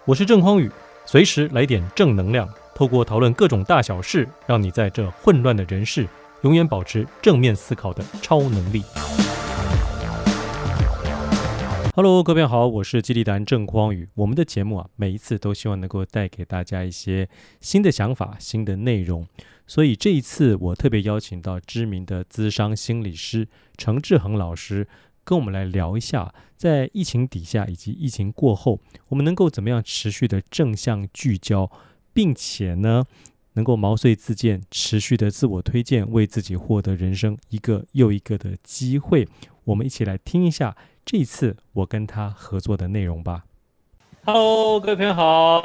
我是郑匡宇，随时来点正能量，透过讨论各种大小事，让你在这混乱的人世，永远保持正面思考的超能力。Hello， 各位好，我是激励达人郑匡宇。我们的节目每一次都希望能够带给大家一些新的想法、新的内容。所以这一次我特别邀请到知名的咨商心理师程志恒老师，跟我们来聊一下，在疫情底下以及疫情过后，我们能够怎么样持续的正向聚焦，并且呢，能够毛遂自荐，持续的自我推荐，为自己获得人生一个又一个的机会。我们一起来听一下这一次我跟他合作的内容吧。Hello， 各位朋友好。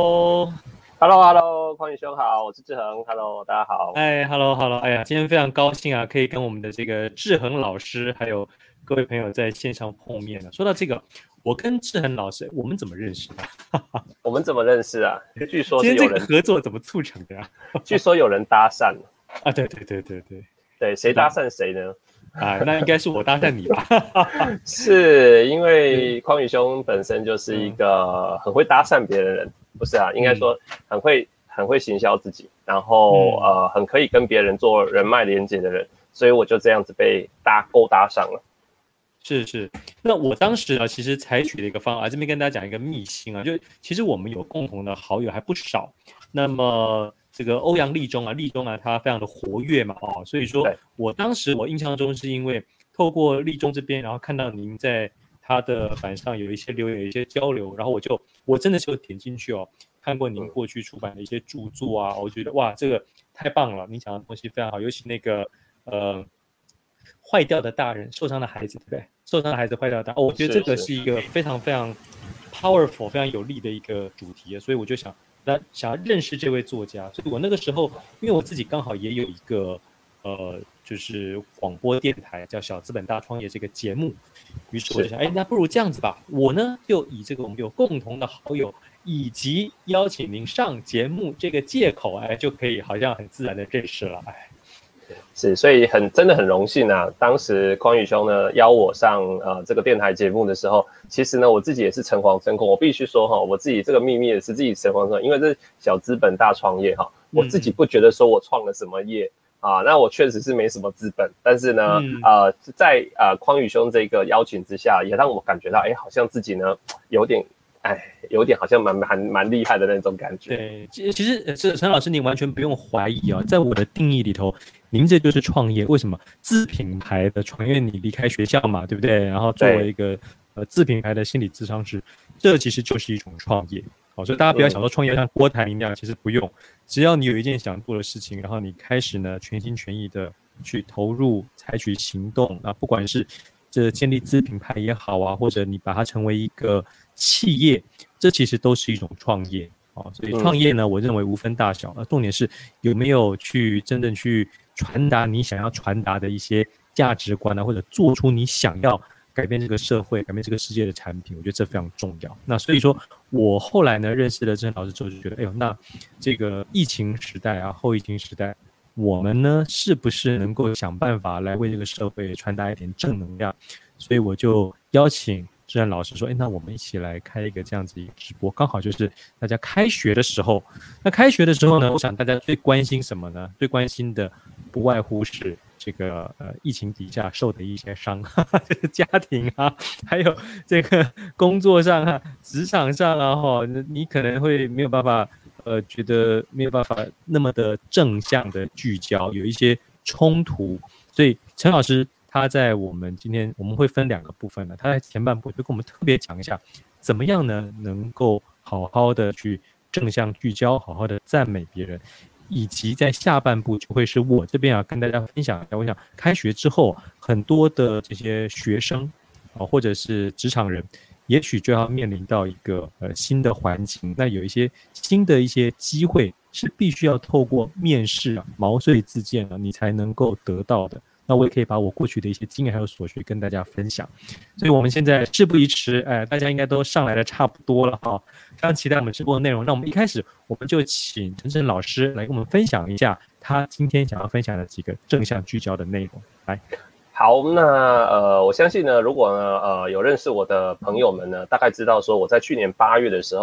Hello， 匡宇兄好，我是志恒。Hello， 大家好。 Hello， 哎呀，今天非常高兴可以跟我们的这个志恒老师还有各位朋友在线上碰面了。说到这个，我跟志恒老师，我们怎么认识的？ 我们怎么认识啊？据说是有人今天这个合作怎么促成的据说有人搭讪啊，对， 谁搭讪谁呢？ 那应该是我搭讪你吧？ 是因为匡宇兄本身就是一个很会搭讪别人的人，不是啊？应该说很会行销自己，然后很可以跟别人做人脉连接的人，所以我就这样子被勾搭上了。 是，那我当时其实采取了一个方法，这边跟大家讲一个秘辛就其实我们有共同的好友还不少。那么这个欧阳立中他非常的活跃嘛所以说我当时我印象中是因为透过立中这边，然后看到您在他的版上有一些留言，有一些交流，然后我真的是有点进去看过您过去出版的一些著作我觉得哇，这个太棒了，您讲的东西非常好，尤其那个坏掉的大人，受伤的孩子，对不对？受伤的孩子，坏掉的大人，我觉得这个是一个非常非常 powerful、非常有力的一个主题，所以我就想要认识这位作家。所以我那个时候，因为我自己刚好也有一个就是广播电台叫小资本大创业这个节目，于是我就想，那不如这样子吧，我呢就以这个我们有共同的好友以及邀请您上节目这个借口，就可以好像很自然的认识了， 是，所以真的很荣幸当时匡宇兄呢邀我上这个电台节目的时候，其实呢我自己也是诚惶诚恐。我必须说我自己这个秘密也是自己诚惶诚恐，因为这小资本大创业我自己不觉得说我创了什么业那我确实是没什么资本，但是呢在匡宇兄这个邀请之下，也让我感觉到好像自己呢有点好像蛮厉害的那种感觉。 对，其实陈老师您完全不用怀疑在我的定义里头，您这就是创业。为什么？自品牌的创业，因为你离开学校嘛，对不对？然后作为一个自品牌的心理咨商师，这其实就是一种创业。所以大家不要想说创业像郭台铭那样，其实不用，只要你有一件想做的事情，然后你开始呢全心全意的去投入，采取行动不管是这建立自品牌也好或者你把它成为一个企业，这其实都是一种创业所以创业呢，我认为无分大小重点是有没有去真正去传达你想要传达的一些价值观或者做出你想要改变这个社会、改变这个世界的产品，我觉得这非常重要。那所以说我后来呢认识了郑老师之后，就觉得那这个疫情时代后疫情时代，我们呢是不是能够想办法来为这个社会传达一点正能量？所以我就邀请志恒老师说，那我们一起来开一个这样子一个直播，刚好就是大家开学的时候。那开学的时候呢，我想大家最关心什么呢？最关心的不外乎是这个疫情底下受的一些伤，就是家庭还有这个工作上职场上你可能会没有办法觉得没有办法那么的正向的聚焦，有一些冲突。所以陈老师他在今天我们会分2个部分他在前半部就跟我们特别讲一下，怎么样呢能够好好的去正向聚焦，好好的赞美别人，以及在下半部就会是我这边跟大家分享一下，我想开学之后很多的这些学生或者是职场人，也许就要面临到一个新的环境，那有一些新的一些机会是必须要透过面试毛遂自荐你才能够得到的。那我也可以把我过去的一些经验还有所学跟大家分享。所以我们现在事不宜迟，大家应该都上来的差不多了非常期待我们直播的内容。那我们一开始我们就请陈晨老师来跟我们分享一下他今天想要分享的几个正向聚焦的内容。来， 好，那我相信呢，如果呢有认识我的朋友们呢，大概知道说我在去年8月的时候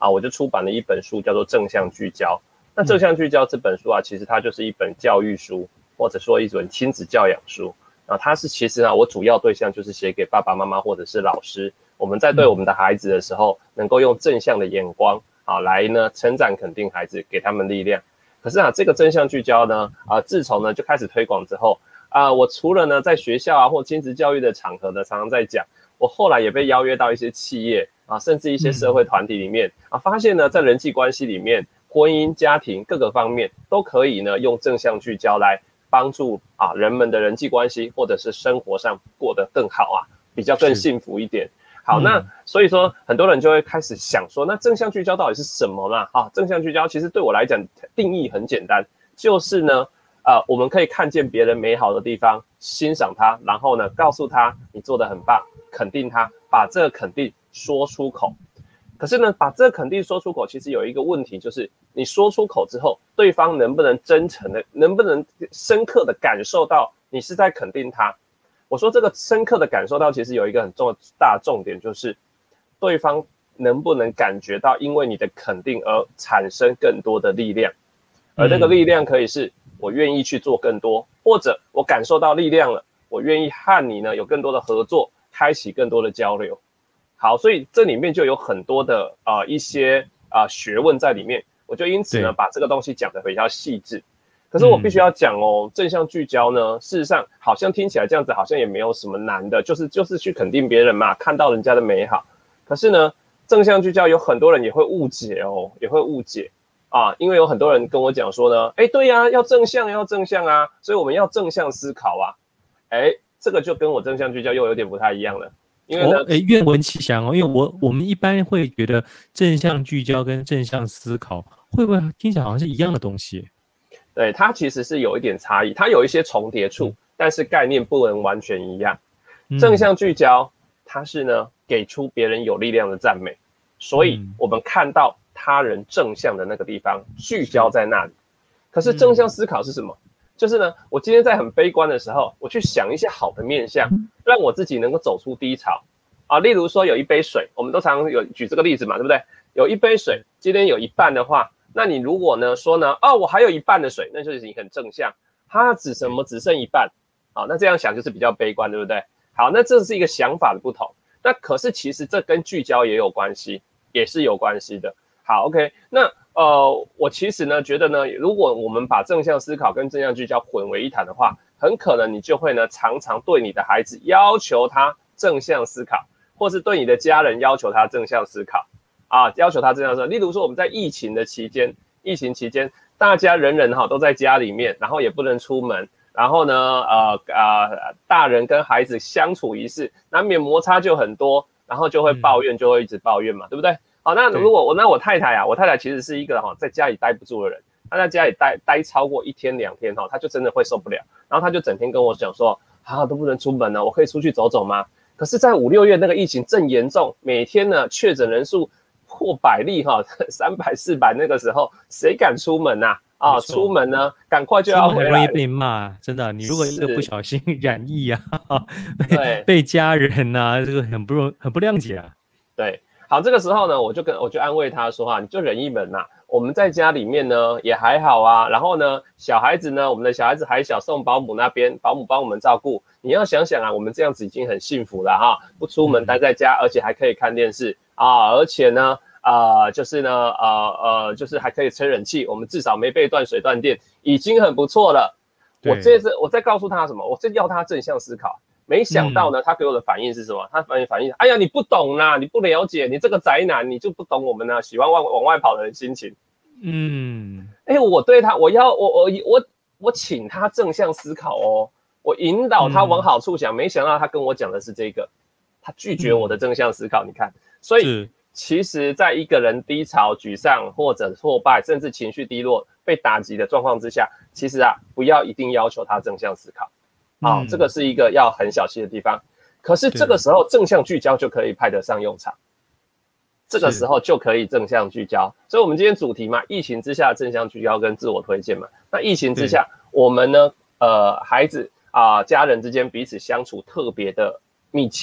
我就出版了一本书，叫做《正向聚焦》。那《正向聚焦》这本书啊，其实它就是一本教育书，或者说一本亲子教养书。它是其实啊，我主要对象就是写给爸爸妈妈或者是老师，我们在对我们的孩子的时候，能够用正向的眼光来呢称赞肯定孩子，给他们力量。可是啊，这个正向聚焦呢，自从呢就开始推广之后，我除了呢在学校或亲子教育的场合呢常常在讲，我后来也被邀约到一些企业甚至一些社会团体里面发现呢，在人际关系里面，婚姻、家庭各个方面都可以呢用正向聚焦来帮助人们的人际关系或者是生活上过得更好比较更幸福一点。好，那所以说很多人就会开始想说，那正向聚焦到底是什么呢？正向聚焦其实对我来讲定义很简单，就是呢我们可以看见别人美好的地方，欣赏他，然后呢告诉他你做得很棒，肯定他，把这个肯定说出口。可是呢，把这个肯定说出口，其实有一个问题，就是你说出口之后，对方能不能真诚的，能不能深刻的感受到你是在肯定他？我说这个深刻的感受到，其实有一个很大的重点，就是对方能不能感觉到因为你的肯定而产生更多的力量，而那个力量可以是我愿意去做更多，或者我感受到力量了，我愿意和你呢有更多的合作，开启更多的交流。好，所以这里面就有很多的一些学问在里面，我就因此呢把这个东西讲得比较细致。可是我必须要讲正向聚焦呢，事实上好像听起来这样子好像也没有什么难的，就是去肯定别人嘛，看到人家的美好。可是呢，正向聚焦有很多人也会误解因为有很多人跟我讲说呢，对啊，要正向啊，所以我们要正向思考啊。这个就跟我正向聚焦又有点不太一样了。因为呢， 愿闻其详因为我们一般会觉得正向聚焦跟正向思考会不会听起来好像是一样的东西？ 对，它其实是有一点差异，它有一些重叠处，但是概念不能完全一样。正向聚焦，它是呢给出别人有力量的赞美，所以我们看到他人正向的那个地方，聚焦在那里。可是正向思考是什么？就是呢，我今天在很悲观的时候，我去想一些好的面向，让我自己能够走出低潮例如说有一杯水，我们都常有举这个例子嘛，对不对？有一杯水，今天有一半的话，那你如果呢说呢，我还有一半的水，那就是你很正向。它只剩一半，那这样想就是比较悲观，对不对？好，那这是一个想法的不同。那可是其实这跟聚焦也有关系，也是有关系的。好 ，OK， 那我其实呢觉得呢，如果我们把正向思考跟正向聚焦混为一谈的话，很可能你就会呢常常对你的孩子要求他正向思考，或是对你的家人要求他正向思考要求他正向思考。例如说我们在疫情期间，大家人都在家里面，然后也不能出门，然后呢大人跟孩子相处一事，难免摩擦就很多，然后就会抱怨，就会一直抱怨嘛，对不对？好，那如果我太太其实是一个在家里待不住的人，她在家里待超过1天2天她就真的会受不了，然后她就整天跟我讲说都不能出门了，我可以出去走走吗？可是在5、6月那个疫情正严重，每天呢确诊人数破100例300、400，那个时候谁敢出门出门呢赶快就要回来， 很容易被骂，真的。你如果一个不小心染疫被家人这个很不谅解对。好，这个时候呢，我就安慰他说你就忍一忍我们在家里面呢也还好然后呢小孩子呢，我们的小孩子还小，送保姆那边，保姆帮我们照顾。你要想想我们这样子已经很幸福了不出门待在家，而且还可以看电视而且呢就是呢就是还可以吹冷气，我们至少没被断水断电，已经很不错了。我再告诉他什么？我再要他正向思考。没想到呢，他给我的反应是什么？他反应，哎呀，你不懂啦，你不了解，你这个宅男，你就不懂我们喜欢往外跑的人心情。我对他，我请他正向思考我引导他往好处想，没想到他跟我讲的是这个，他拒绝我的正向思考。你看，所以其实，在一个人低潮、沮丧或者挫败，甚至情绪低落、被打击的状况之下，其实不要一定要求他正向思考。这个是一个要很小心的地方。可是这个时候正向聚焦就可以派得上用场，这个时候就可以正向聚焦。所以我们今天主题嘛，疫情之下正向聚焦跟自我推荐嘛。那疫情之下，我们呢孩子家人之间彼此相处特别的密切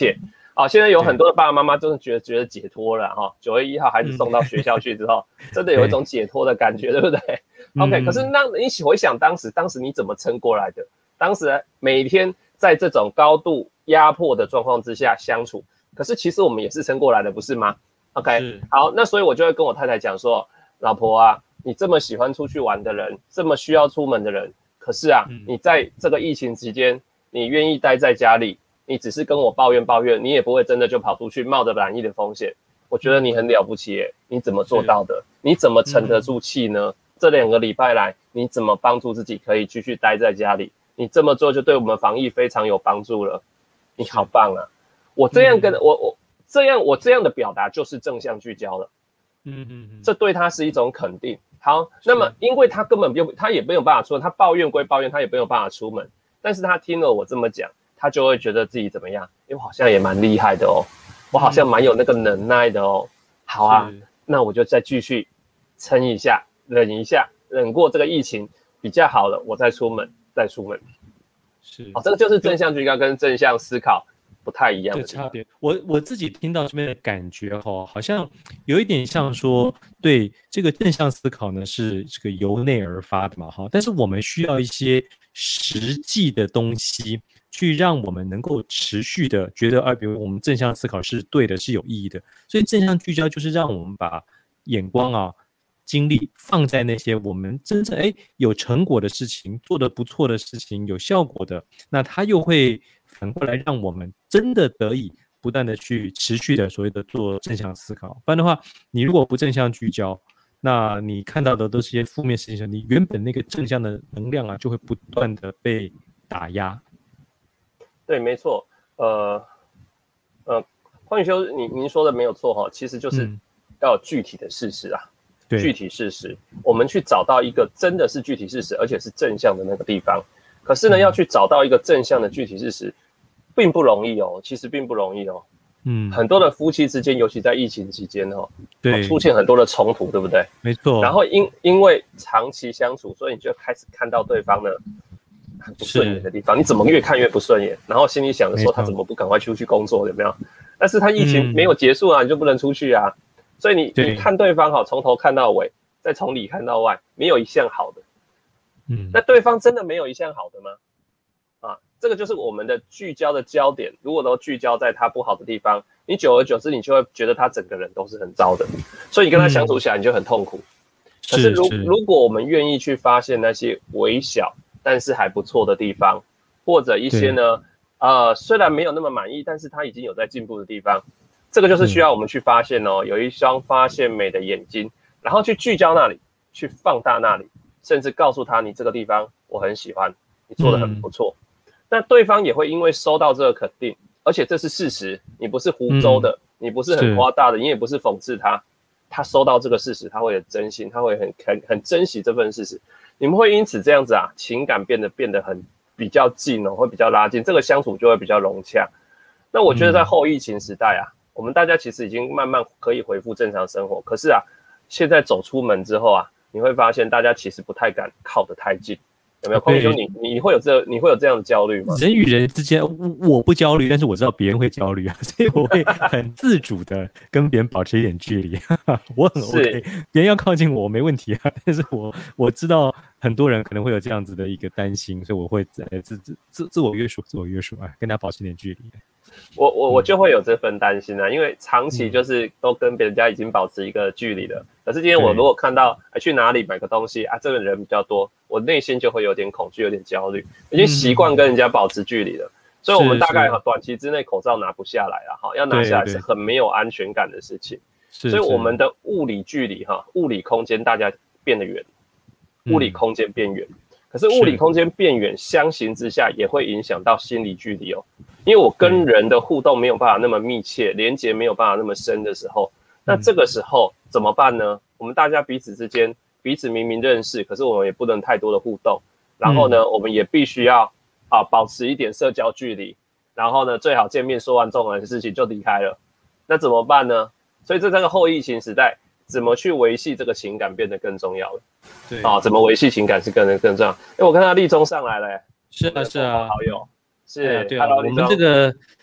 啊，现在有很多的爸爸妈妈真的觉得解脱了哈，9月1号孩子送到学校去之后，真的有一种解脱的感觉，对不对？OK，可是那你回想当时你怎么撑过来的？当时每天在这种高度压迫的状况之下相处，可是其实我们也是撑过来的，不是吗？OK， 好，那所以我就会跟我太太讲说，老婆啊，你这么喜欢出去玩的人，这么需要出门的人，可是啊，你在这个疫情期间，你愿意待在家里，你只是跟我抱怨，你也不会真的就跑出去冒着染疫的风险。我觉得你很了不起耶，你怎么做到的？你怎么沉得住气呢？这2个礼拜来，你怎么帮助自己可以继续待在家里？你这么做就对我们防疫非常有帮助了，你好棒啊！我这样跟我这样的表达就是正向聚焦了，这对他是一种肯定。好，那么因为他根本他也没有办法出门，他抱怨归抱怨，他也没有办法出门，但是他听了我这么讲，他就会觉得自己怎么样？因为我好像也蛮厉害的哦，我好像蛮有那个能耐的哦。好啊，那我就再继续撑一下，忍一下，忍过这个疫情比较好了，我再出门。是，这个就是正向聚焦跟正向思考不太一样的差别。我自己听到这边的感觉好像有一点像说，对，这个正向思考呢是这个由内而发的嘛，但是我们需要一些实际的东西，去让我们能够持续的觉得，比如我们正向思考是对的，是有意义的。所以正向聚焦就是让我们把眼光精力放在那些我们真正有成果的事情，做得不错的事情，有效果的，那它又会反过来让我们真的得以不断的去持续的所谓的做正向思考。不然的话，你如果不正向聚焦，那你看到的都是一些负面事情，你原本那个正向的能量就会不断的被打压。 对，没错。匡宇修，您说的没有错其实就是要有具体的事实啊。具体事实，我们去找到一个真的是具体事实，而且是正向的那个地方。可是呢，要去找到一个正向的具体事实，并不容易哦，其实并不容易哦。很多的夫妻之间，尤其在疫情期间对，出现很多的冲突，对不对？ 没错。 然后因为长期相处，所以你就开始看到对方呢很不顺眼的地方，你怎么越看越不顺眼，然后心里想着说他怎么不赶快出去工作，有没有？但是他疫情没有结束啊，你就不能出去啊。所以你看对方从头看到尾，再从里看到外，没有一项好的。那对方真的没有一项好的吗？这个就是我们的聚焦的焦点。如果都聚焦在他不好的地方，你久而久之，你就会觉得他整个人都是很糟的，所以你跟他相处起来你就很痛苦。可是如果我们愿意去发现那些微小但是还不错的地方，或者一些呢，虽然没有那么满意，但是他已经有在进步的地方。这个就是需要我们去发现有一双发现美的眼睛，然后去聚焦那里，去放大那里，甚至告诉他你这个地方我很喜欢，你做得很不错。那对方也会因为收到这个肯定，而且这是事实，你不是胡诌的，你不是很夸大的，你也不是讽刺他收到这个事实，他会很真心，他会很珍惜这份事实。你们会因此这样子情感变得很比较近会比较拉近，这个相处就会比较融洽。那我觉得在后疫情时代我们大家其实已经慢慢可以恢复正常生活，可是现在走出门之后你会发现大家其实不太敢靠得太近，有没有？匡宇兄，你会有这样的焦虑吗？ 人与人之间，我不焦虑，但是我知道别人会焦虑所以我会很自主的跟别人保持一点距离。我很 OK， 别人要靠近我没问题但是我知道很多人可能会有这样子的一个担心，所以我会自我约束，跟他保持一点距离。 我就会有这份担心因为长期就是都跟别人家已经保持一个距离了。可是今天我如果看到去哪里买个东西这个人比较多，我内心就会有点恐惧，有点焦虑，已经习惯跟人家保持距离了。所以我们大概短期之内口罩拿不下来要拿下来是很没有安全感的事情。所以我们的物理距离物理空间大家变得远，物理空间变远。可是物理空间变远，相形之下也会影响到心理距离因为我跟人的互动没有办法那么密切，连结没有办法那么深的时候，那这个时候怎么办呢？我们大家彼此之间彼此明明认识，可是我们也不能太多的互动，然后呢，我们也必须要保持一点社交距离，然后呢，最好见面说完重要的事情就离开了。那怎么办呢？所以在这个后疫情时代，怎么去维系这个情感变得更重要了。对怎么维系情感是更重要。我看到立中上来了是啊， 好友是对啊，我们这个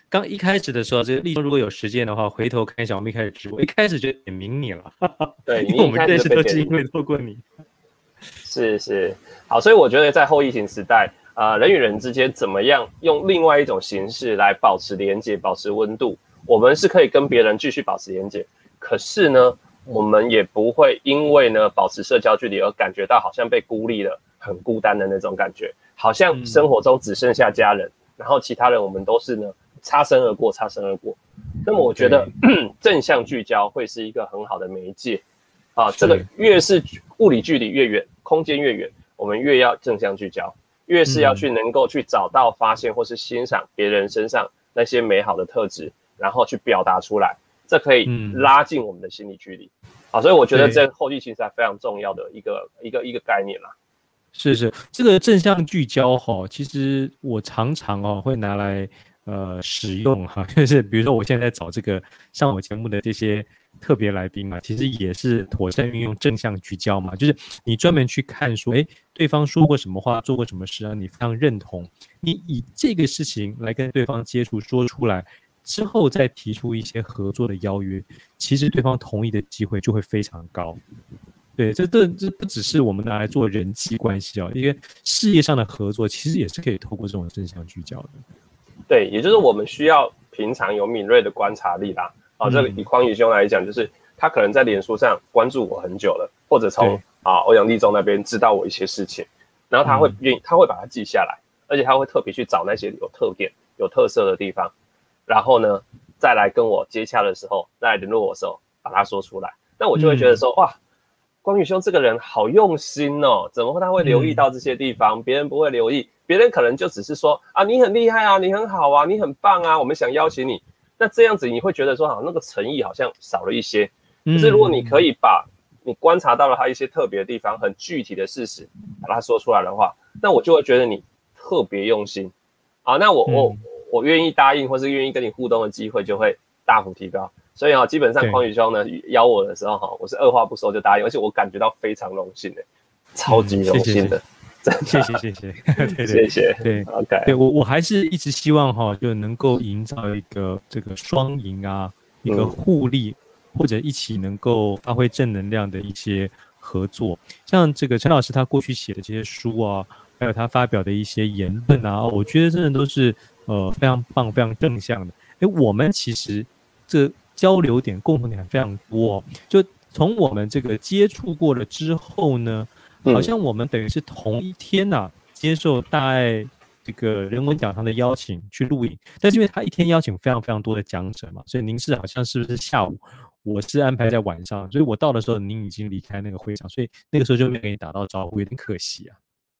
刚一开始的时候，这个立中如果有时间的话，回头看一下我们一开始直播，一开始就点名你了， 对， 因为我们认识都是因为透过你。 是，好，所以我觉得在后疫情时代，人与人之间怎么样用另外一种形式来保持连结、保持温度，我们是可以跟别人继续保持连结，可是呢，我们也不会因为呢保持社交距离而感觉到好像被孤立了、很孤单的那种感觉，好像生活中只剩下家人，然后其他人我们都是呢擦身而过。那么我觉得正向聚焦会是一个很好的媒介啊，这个越是物理距离越远，空间越远，我们越要正向聚焦，越是要去能够去找到、发现或是欣赏别人身上那些美好的特质，然后去表达出来，这可以拉近我们的心理距离。好，所以我觉得这后疫情是非常重要的一个概念啦。 是，这个正向聚焦其实我常常会拿来使用就是比如说我现在在找这个上我节目的这些特别来宾嘛，其实也是妥善运用正向聚焦嘛，就是你专门去看说，对方说过什么话，做过什么事啊，你非常认同，你以这个事情来跟对方接触，说出来之后再提出一些合作的邀约，其实对方同意的机会就会非常高。对，这不只是我们拿来做人际关系因为事业上的合作其实也是可以透过这种正向聚焦的。对， 也就是我们需要平常有敏锐的观察力啦。这个以匡宇兄来讲，就是他可能在脸书上关注我很久了，或者从欧阳立中那边知道我一些事情，然后他会把它记下来，而且他会特别去找那些有特点、有特色的地方，然后呢，再来跟我接洽的时候，再来联络我的时候，把它说出来。那我就会觉得说，哇，匡宇兄这个人好用心哦，怎么他会留意到这些地方，别人不会留意，别人可能就只是说你很厉害啊，你很好啊，你很棒啊，我们想邀请你。那这样子你会觉得说那个诚意好像少了一些。可是如果你可以把你观察到了他一些特别的地方，很具体的事实把它说出来的话，那我就会觉得你特别用心那我愿意答应或是愿意跟你互动的机会就会大幅提高。所以基本上匡宇兄呢邀我的时候我是二话不说就答应，而且我感觉到非常荣幸超级荣幸的。 谢谢。对 ，OK， 对我还是一直希望就能够营造一个这个双赢一个互利，或者一起能够发挥正能量的一些合作。像这个陈老师他过去写的这些书还有他发表的一些言论我觉得真的都是非常棒、非常正向的。我们其实这交流点、共同点非常多就从我们这个接触过了之后呢。好像我们等于是同一天接受大爱这个人文讲堂的邀请去录影，但是因为他一天邀请非常非常多的讲者嘛，所以您是好像是不是下午，我是安排在晚上，所以我到的时候您已经离开那个会场，所以那个时候就没有给你打到招呼，有点可惜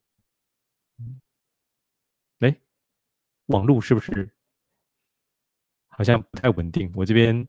网路是不是好像不太稳定？我这边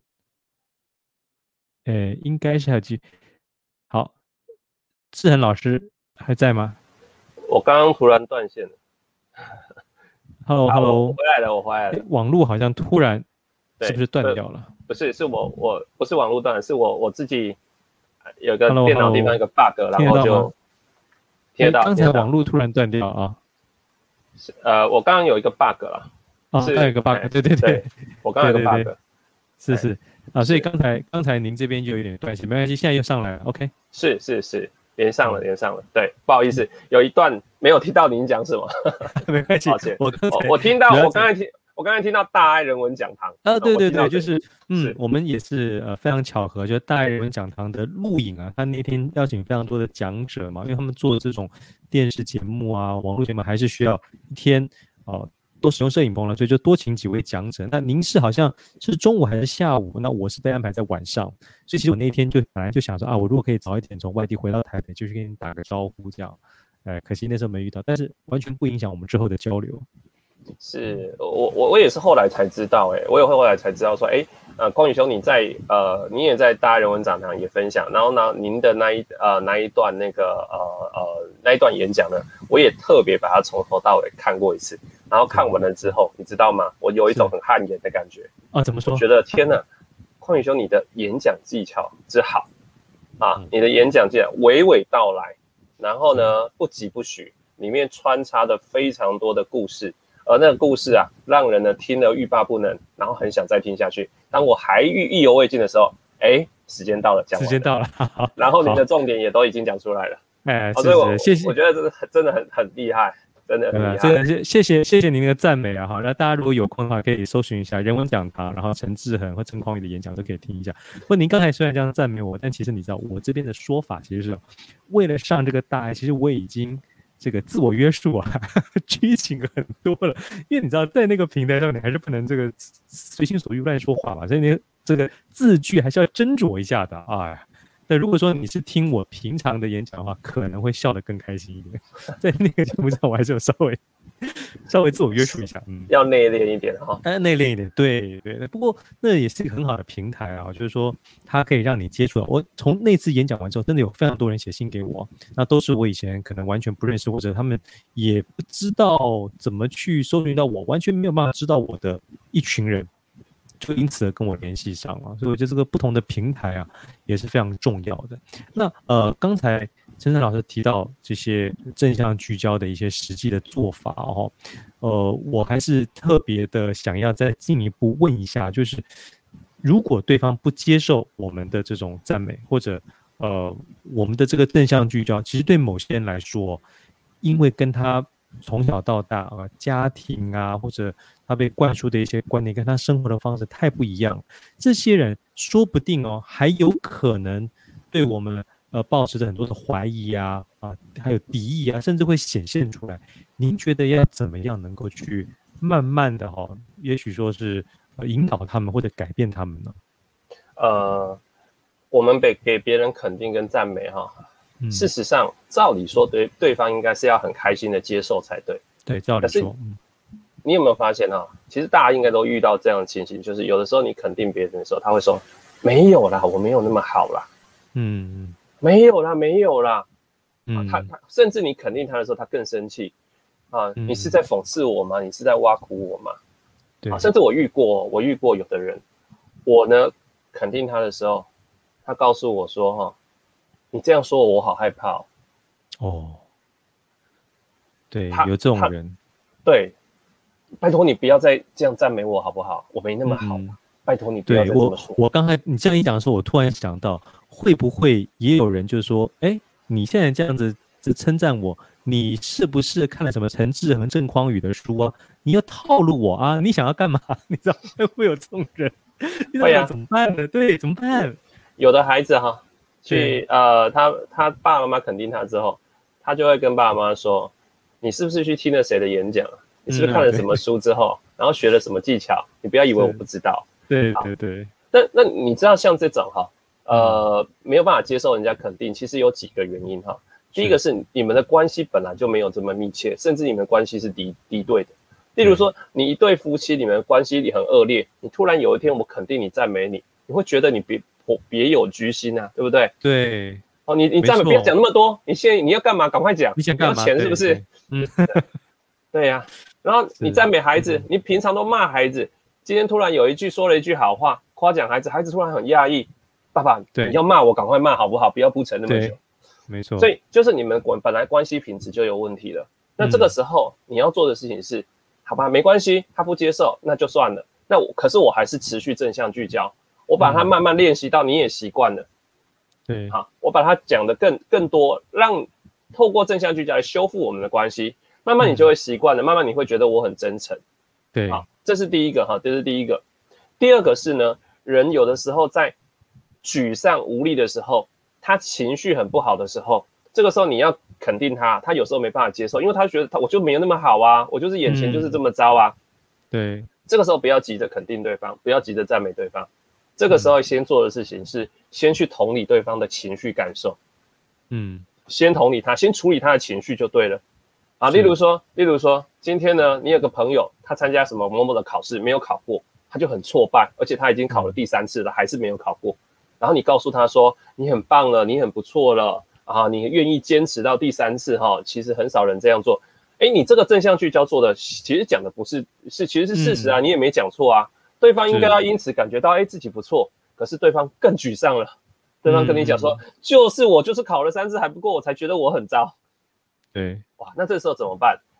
应该是还有好。志恒老师还在吗？ 我刚刚突然断线了。 Hello， 我回来了。 网络好像突然是不是断掉了？ 不是，是我不是网络断了，是我自己有个电脑地方一个 bug， 然后就听得到。 刚才网络突然断掉我刚刚有一个 bug 了。 还有一个 bug， 对， 我刚刚有个 bug， 是所以刚才您这边就有点断线，没关系，现在又上来了 ，OK。 是。连上了，对，不好意思，有一段没有听到您讲什么， 没关系， 抱歉。我刚才听到大爱人文讲堂对，就是我们也是非常巧合，就是大爱人文讲堂的录影他那天邀请非常多的讲者嘛，因为他们做这种电视节目网络节目还是需要一天都使用摄影棚了，所以就多请几位讲者。那您是好像是中午还是下午？那我是被安排在晚上，所以其实我那一天就本来就想说我如果可以早一点从外地回到台北，就去跟你打个招呼这样。可惜那时候没遇到，但是完全不影响我们之后的交流。 是我也是后来才知道我也后来才知道说匡宇兄你也在大爱人文讲堂也分享，然后呢您的那一段那一段演讲呢，我也特别把它从头到尾看过一次，然后看完了之后，你知道吗？我有一种很汗颜的感觉怎么说？ 我觉得天哪，匡宇兄你的演讲技巧之好你的演讲技巧娓娓道来，然后呢不疾不徐，里面穿插的非常多的故事。 而那个故事啊，让人呢听了欲罢不能，然后很想再听下去。当我还意犹未尽的时候，哎，时间到了，讲完了， 时间到了，好， 然后你的重点也都已经讲出来了。 哎， 所以谢谢， 我觉得真的很厉害。真的很厉害， 这个谢谢您的赞美啊！哈，那大家如果有空的话，可以搜寻一下人文讲堂，然后陈志恒或陈匡宇的演讲都可以听一下。不过您刚才虽然这样赞美我，但其实你知道我这边的说法其实是为了上这个大爱，其实我已经这个自我约束啊，拘谨很多了。因为你知道在那个平台上，你还是不能这个随心所欲乱说话嘛，所以你这个字句还是要斟酌一下的。哎。但如果说你是听我平常的演讲的话，可能会笑得更开心一点。在那个节目上，我还是有稍微自我约束一下， 要内敛一点哈， 内敛一点，对。不过那也是一个很好的平台啊，就是说它可以让你接触到。我从那次演讲完之后，真的有非常多人写信给我，那都是我以前可能完全不认识，或者他们也不知道怎么去搜寻到我，完全没有办法知道我的一群人。就因此而跟我联系上了，所以我觉得这个不同的平台啊也是非常重要的。那刚才陈晨老师提到这些正向聚焦的一些实际的做法哦，我还是特别的想要再进一步问一下，就是如果对方不接受我们的这种赞美，或者我们的这个正向聚焦，其实对某些人来说，因为跟他从小到大家庭啊，或者他被灌输的一些观念跟他生活的方式太不一样，这些人说不定还有可能对我们抱持着很多的怀疑啊，还有敌意啊，甚至会显现出来。您觉得要怎么样能够去慢慢的也许说是引导他们或者改变他们呢？ 我们给别人肯定跟赞美事实上照理说对方应该是要很开心的接受才对。 对，照理说。 你有没有发现其实大家应该都遇到这样的情形，就是有的时候你肯定别人的时候，他会说没有啦，我没有那么好啦，没有啦，他甚至你肯定他的时候，他更生气你是在讽刺我吗？你是在挖苦我吗？对，甚至我遇过有的人，我呢肯定他的时候，他告诉我说你这样说我好害怕对，有这种人。 对，拜托你不要再这样赞美我好不好？我没那么好，拜托你不要再这么说。 我刚才你这样一讲的时候，我突然想到，会不会也有人就是说，你现在这样子称赞我，你是不是看了什么陈志恒、郑匡宇的书啊？你要套路我啊？你想要干嘛？你知道会不会有这种人？会啊，怎么办呢？对，怎么办？ 有的孩子去他爸爸妈妈肯定他之后，他就会跟爸爸妈妈说，你是不是去听了谁的演讲？你是不是看了什么书之后，然后学了什么技巧？你不要以为我不知道。 对。 那你知道像这种没有办法接受人家肯定，其实有几个原因第一个是你们的关系本来就没有这么密切，甚至你们的关系是敌对的。例如说，你一对夫妻，你们的关系很恶劣，你突然有一天我肯定你、赞美你，你会觉得你别有居心啊，对不对？ 对。 你赞美不要讲那么多，你现在你要干嘛？赶快讲。 你想干嘛？ 要钱是不是？对呀。然后你赞美孩子，你平常都骂孩子，今天突然有一句说了一句好话，夸奖孩子，孩子突然很讶异，爸爸，你要骂我，赶快骂好不好？不要铺陈那么久。 没错。 所以就是你们本来关系品质就有问题了。那这个时候你要做的事情是，好吧，没关系，他不接受，那就算了。可是我还是持续正向聚焦，我把它慢慢练习到你也习惯了。 对。 好，我把它讲的更多，透过正向聚焦来修复我们的关系。慢慢你就会习惯了，慢慢你会觉得我很真诚。 对， 好，这是第一个这是第一个。第二个是呢，人有的时候在沮丧无力的时候，他情绪很不好的时候，这个时候你要肯定他有时候没办法接受，因为他觉得我就没有那么好啊，我就是眼前就是这么糟啊。 对， 这个时候不要急着肯定对方，不要急着赞美对方，这个时候先做的事情是先去同理对方的情绪感受。先同理他，先处理他的情绪就对了。例如说，今天呢，你有个朋友，他参加什么某某的考试没有考过，他就很挫败，而且他已经考了第3次了，还是没有考过。然后你告诉他说，你很棒了，你很不错了你愿意坚持到第3次其实很少人这样做。你这个正向聚焦做的，其实讲的其实是事实啊，你也没讲错啊。对方应该要因此感觉到，自己不错，可是对方更沮丧了。对方跟你讲说，我就是考了3次还不过，我才觉得我很糟。 对， 哇，那这时候怎么办？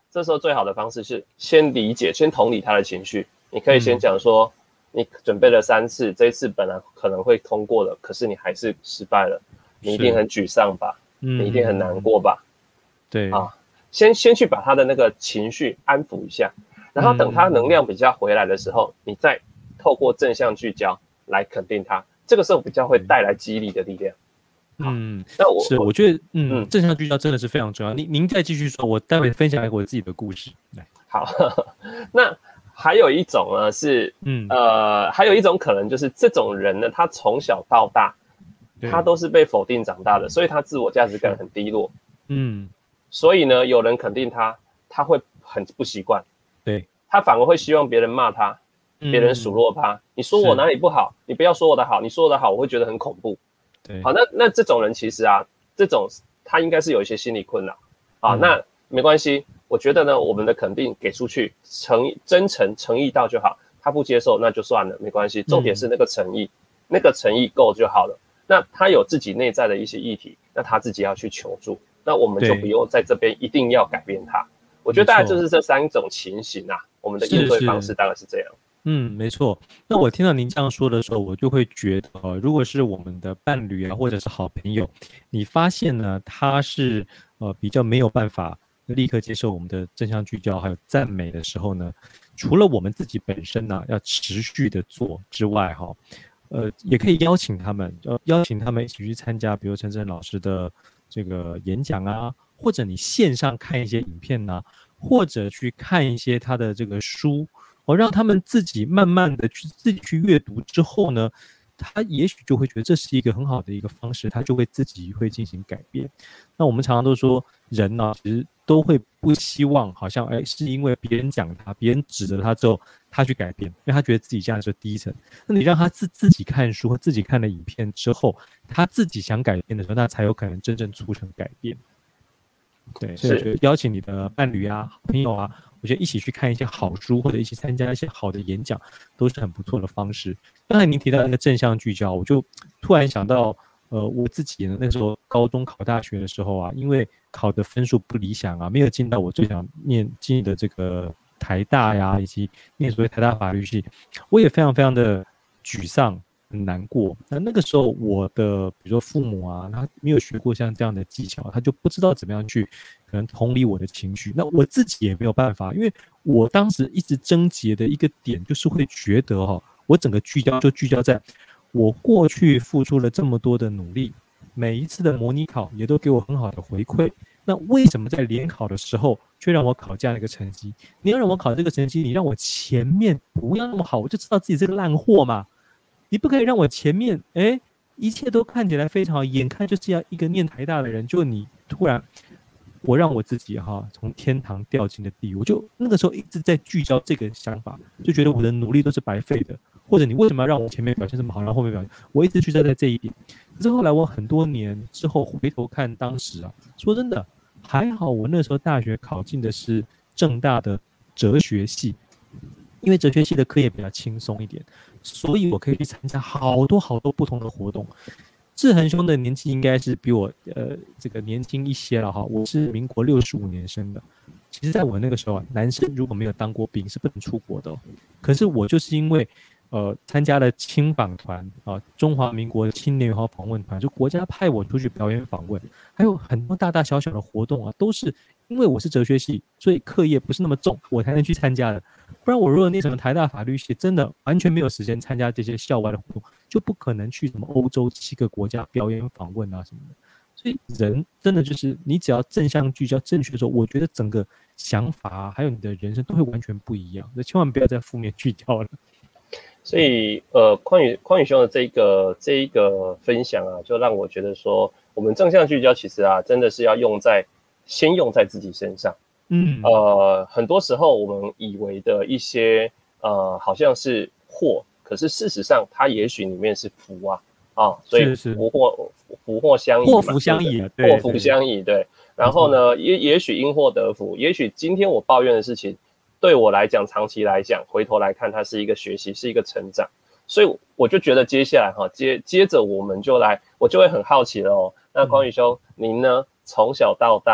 这时候最好的方式是先理解，先同理他的情绪。你可以先讲说，你准备了3次，这一次本来可能会通过的，可是你还是失败了，你一定很沮丧吧？你一定很难过吧？ 对啊，先去把他的那个情绪安抚一下，然后等他能量比较回来的时候，你再透过正向聚焦来肯定他，这个时候比较会带来激励的力量。 那我觉得正向聚焦真的是非常重要。您再继续说，我待会分享一个我自己的故事。 好，那还有一种呢是，还有一种可能就是这种人呢，他从小到大，他都是被否定长大的，所以他自我价值感很低落。所以呢，有人肯定他，他会很不习惯。 对， 他反而会希望别人骂他，别人数落他。你说我哪里不好，你不要说我的好，你说我的好，我会觉得很恐怖。 对， 好，那这种人其实啊，这种他应该是有一些心理困扰啊。那没关系，我觉得呢，我们的肯定给出去，真诚诚意到就好。他不接受那就算了，没关系。重点是那个诚意，那个诚意够就好了。那他有自己内在的一些议题，那他自己要去求助，那我们就不用在这边一定要改变他。我觉得大概就是这3种情形啊，我们的应对方式大概是这样。 没错。那我听到您这样说的时候，我就会觉得，如果是我们的伴侣啊，或者是好朋友，你发现呢，他是比较没有办法立刻接受我们的正向聚焦还有赞美的时候呢，除了我们自己本身呢要持续的做之外，也可以邀请他们一起去参加，比如陈真老师的这个演讲啊，或者你线上看一些影片啊，或者去看一些他的这个书。让他们自己慢慢的自己去阅读之后呢，他也许就会觉得这是一个很好的一个方式，他就会自己会进行改变。那我们常常都说人呢，其实都会不希望好像是因为别人讲他，别人指着他之后他去改变，因为他觉得自己价值低层。那你让他自己看书和自己看了影片之后，他自己想改变的时候，那才有可能真正促成改变。对，所以我觉得邀请你的伴侣啊、朋友啊，我觉得一起去看一些好书，或者一起参加一些好的演讲，都是很不错的方式。刚才您提到那个正向聚焦，我就突然想到，我自己呢，那时候高中考大学的时候啊，因为考的分数不理想啊，没有进到我最想进的这个台大呀，以及念所谓台大法律系，我也非常非常的沮丧。很难过。那个时候，我的比如说父母啊，他没有学过像这样的技巧，他就不知道怎么样去可能同理我的情绪。那我自己也没有办法，因为我当时一直症结的一个点就是会觉得我整个聚焦在我过去付出了这么多的努力，每一次的模拟考也都给我很好的回馈。那为什么在联考的时候却让我考这样的一个成绩？你要让我考这个成绩，你让我前面不要那么好，我就知道自己是个烂货嘛。你不可以让我前面一切都看起来非常好，眼看就是要一个念台大的人，就你突然我让我自己从天堂掉进了地狱。我就那个时候一直在聚焦这个想法，就觉得我的努力都是白费的，或者你为什么要让我前面表现这么好，然后后面表现，我一直聚焦在这一点。可是后来我很多年之后回头看当时啊，说真的还好，我那时候大学考进的是政大的哲学系，因为哲学系的课业比较轻松一点，所以我可以去参加好多好多不同的活动。志恒兄的年纪应该是比我这个年轻一些了哈，我是民国65年生的。其实在我那个时候啊，男生如果没有当过兵是不能出国的可是我就是因为参加了青访团啊，中华民国青年友好访问团，就国家派我出去表演访问，还有很多大大小小的活动啊，都是因为我是哲学系，所以课业不是那么重，我才能去参加的。不然我如果念什么台大法律系，真的完全没有时间参加这些校外的活动，就不可能去什么欧洲7个国家表演访问啊什么的。所以人真的就是你只要正向聚焦正确的时候，我觉得整个想法还有你的人生都会完全不一样。所以千万不要再负面聚焦了。 所以匡宇兄的这一个分享啊，就让我觉得说，我们正向聚焦其实啊，真的是要先用在自己身上。很多时候我们以为的一些好像是祸，可是事实上它也许里面是福啊，所以福祸相依嘛， 祸福相依， 祸福相依，对。然后呢，也许因祸得福，也许今天我抱怨的事情，对我来讲，长期来讲，回头来看，它是一个学习，是一个成长。所以我就觉得接下来接着我就会很好奇了那匡宇兄，您呢从小到大，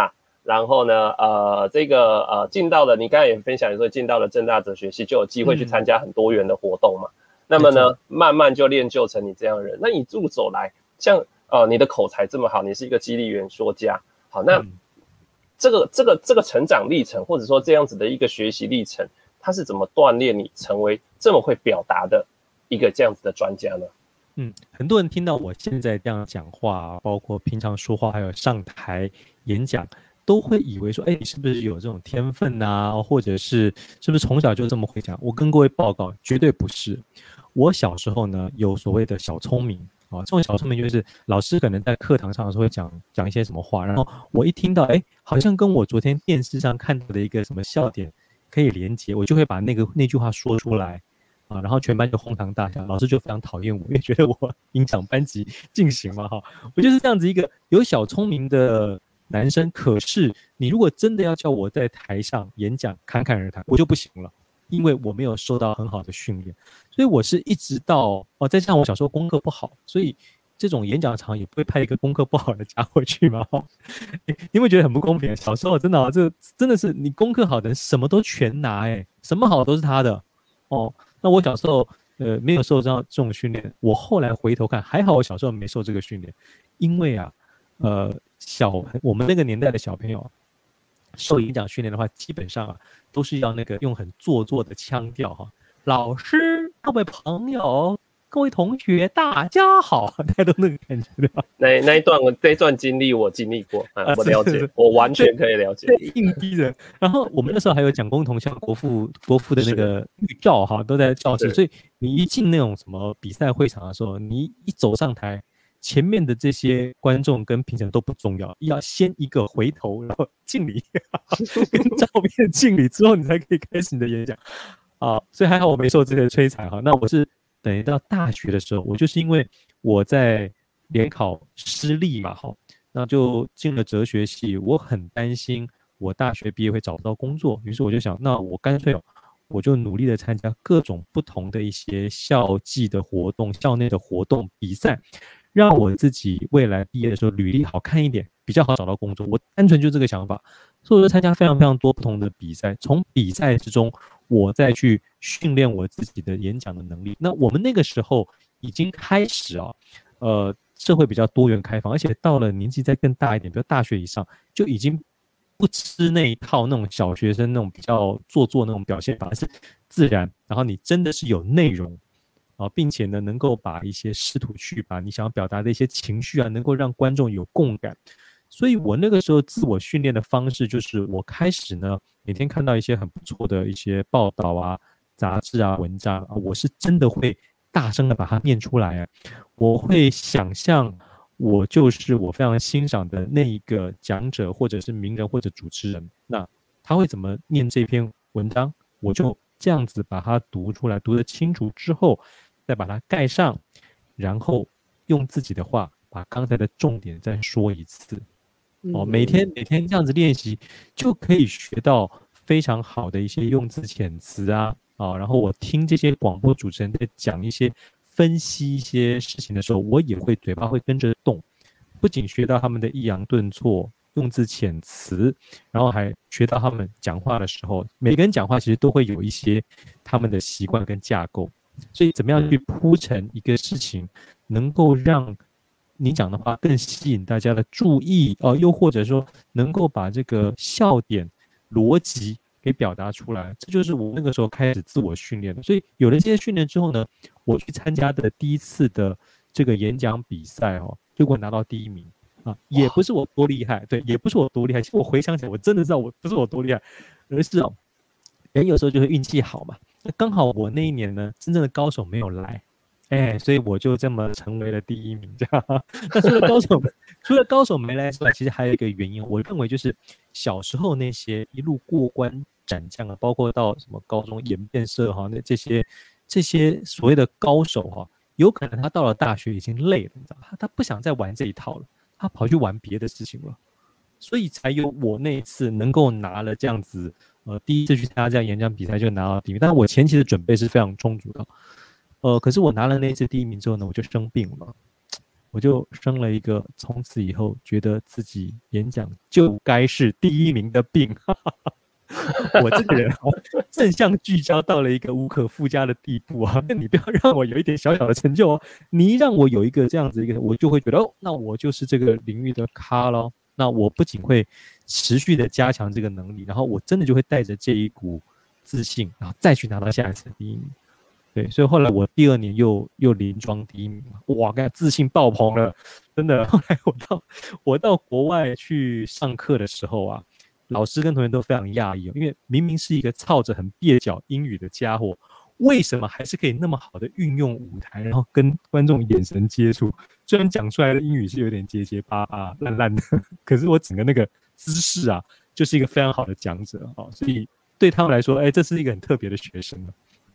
然后呢，进到了你刚才也分享说进到了政大哲学系，就有机会去参加很多元的活动嘛。那么呢，慢慢就练就成你这样的人。那你一路走来，像你的口才这么好，你是一个激励演说家，好，那这个成长历程，或者说这样子的一个学习历程，它是怎么锻炼你成为这么会表达的一个这样子的专家呢？ 很多人听到我现在这样讲话，包括平常说话，还有上台演讲，都会以为说，你是不是有这种天分啊，或者是不是从小就这么会讲？我跟各位报告，绝对不是。我小时候呢，有所谓的小聪明啊，这种小聪明就是老师可能在课堂上的时候会讲一些什么话，然后我一听到，好像跟我昨天电视上看到的一个什么笑点可以连结，我就会把那句话说出来。然后全班就哄堂大笑，老师就非常讨厌我，因为觉得我影响班级进行嘛，我就是这样子一个有小聪明的男生。可是你如果真的要叫我在台上演讲侃侃而谈，我就不行了，因为我没有受到很好的训练。所以我是一直到再加上我小时候功课不好，所以这种演讲场也不会派一个功课不好的家伙去嘛。你会觉得很不公平。小时候真的这真的是你功课好的人什么都全拿，什么好都是他的那我小时候没有受到这种训练，我后来回头看，还好我小时候没受这个训练，因为我们那个年代的小朋友受演讲训练的话，基本上都是要那个用很做作的腔调老师、各位朋友、各位同学，大家好，大家都那个感觉对吧？ 这一段经历我经历过我了解，我完全可以了解。 硬逼人。然后我们那时候还有蒋公铜像、国父的那个预兆都在教室，所以你一进那种什么比赛会场的时候，你一走上台，前面的这些观众跟评审都不重要，要先一个回头，然后敬礼，跟照片敬礼之后，你才可以开始你的演讲所以还好我没受这些摧残那我是等于到大学的时候，我就是因为我在联考失利嘛那就进了哲学系。我很担心我大学毕业会找不到工作，于是我就想，那我干脆我就努力的参加各种不同的一些校际的活动、校内的活动比赛，让我自己未来毕业的时候履历好看一点，比较好找到工作。我单纯就这个想法，所以我就参加非常非常多不同的比赛，从比赛之中我再去训练我自己的演讲的能力。那我们那个时候已经开始社会比较多元开放，而且到了年纪再更大一点，比如大学以上，就已经不吃那一套那种小学生那种比较做作那种表现法，而是自然，然后你真的是有内容并且呢能够把一些试图去把你想要表达的一些情绪能够让观众有共感。所以我那个时候自我训练的方式就是我开始呢每天看到一些很不错的一些报道杂志文章我是真的会大声的把它念出来我会想象我就是我非常欣赏的那一个讲者或者是名人或者主持人，那他会怎么念这篇文章，我就这样子把它读出来，读得清楚之后再把它盖上，然后用自己的话把刚才的重点再说一次每天这样子练习就可以学到非常好的一些用字遣词然后我听这些广播主持人在讲一些分析一些事情的时候，我也会嘴巴会跟着动，不仅学到他们的抑扬顿挫、用字遣词，然后还学到他们讲话的时候，每个人讲话其实都会有一些他们的习惯跟架构，所以怎么样去铺陈一个事情，能够让你讲的话更吸引大家的注意又或者说能够把这个笑点、逻辑给表达出来，这就是我那个时候开始自我训练的。所以有了这些训练之后呢，我去参加的第一次的这个演讲比赛结果拿到第1名也不是我多厉害，对，也不是我多厉害。其实我回想起来，我真的知道我不是我多厉害，而是人有时候就会运气好嘛。那刚好我那一年呢，真正的高手没有来，所以我就这么成为了第1名，这样。那除了高手没来之外，其实还有一个原因，我认为就是小时候那些一路过关斩将包括到什么高中演变社那这些所谓的高手有可能他到了大学已经累了，你知道他不想再玩这一套了，他跑去玩别的事情了，所以才有我那一次能够拿了这样子第一次去参加这样演讲比赛就拿到第1名。但是我前期的准备是非常充足的可是我拿了那一次第1名之后呢，我就生病了， 我就生了一个从此以后觉得自己演讲就该是第一名的病。我这个人正向聚焦到了一个无可复加的地步啊！你不要让我有一点小小的成就哦，你让我有一个这样子一个，我就会觉得那我就是这个领域的咖咯。那我不仅会持续的加强这个能力，然后我真的就会带着这一股自信，然后再去拿到下一次第一名。对，所以后来我第2年又连庄第1名，哇，自信爆棚了，真的。后来我到国外去上课的时候啊，老师跟同学都非常讶异，因为明明是一个操着很蹩脚英语的家伙，为什么还是可以那么好的运用舞台，然后跟观众眼神接触？虽然讲出来的英语是有点结结巴巴、烂烂的，可是我整个那个姿势啊，就是一个非常好的讲者啊，所以对他们来说，这是一个很特别的学生。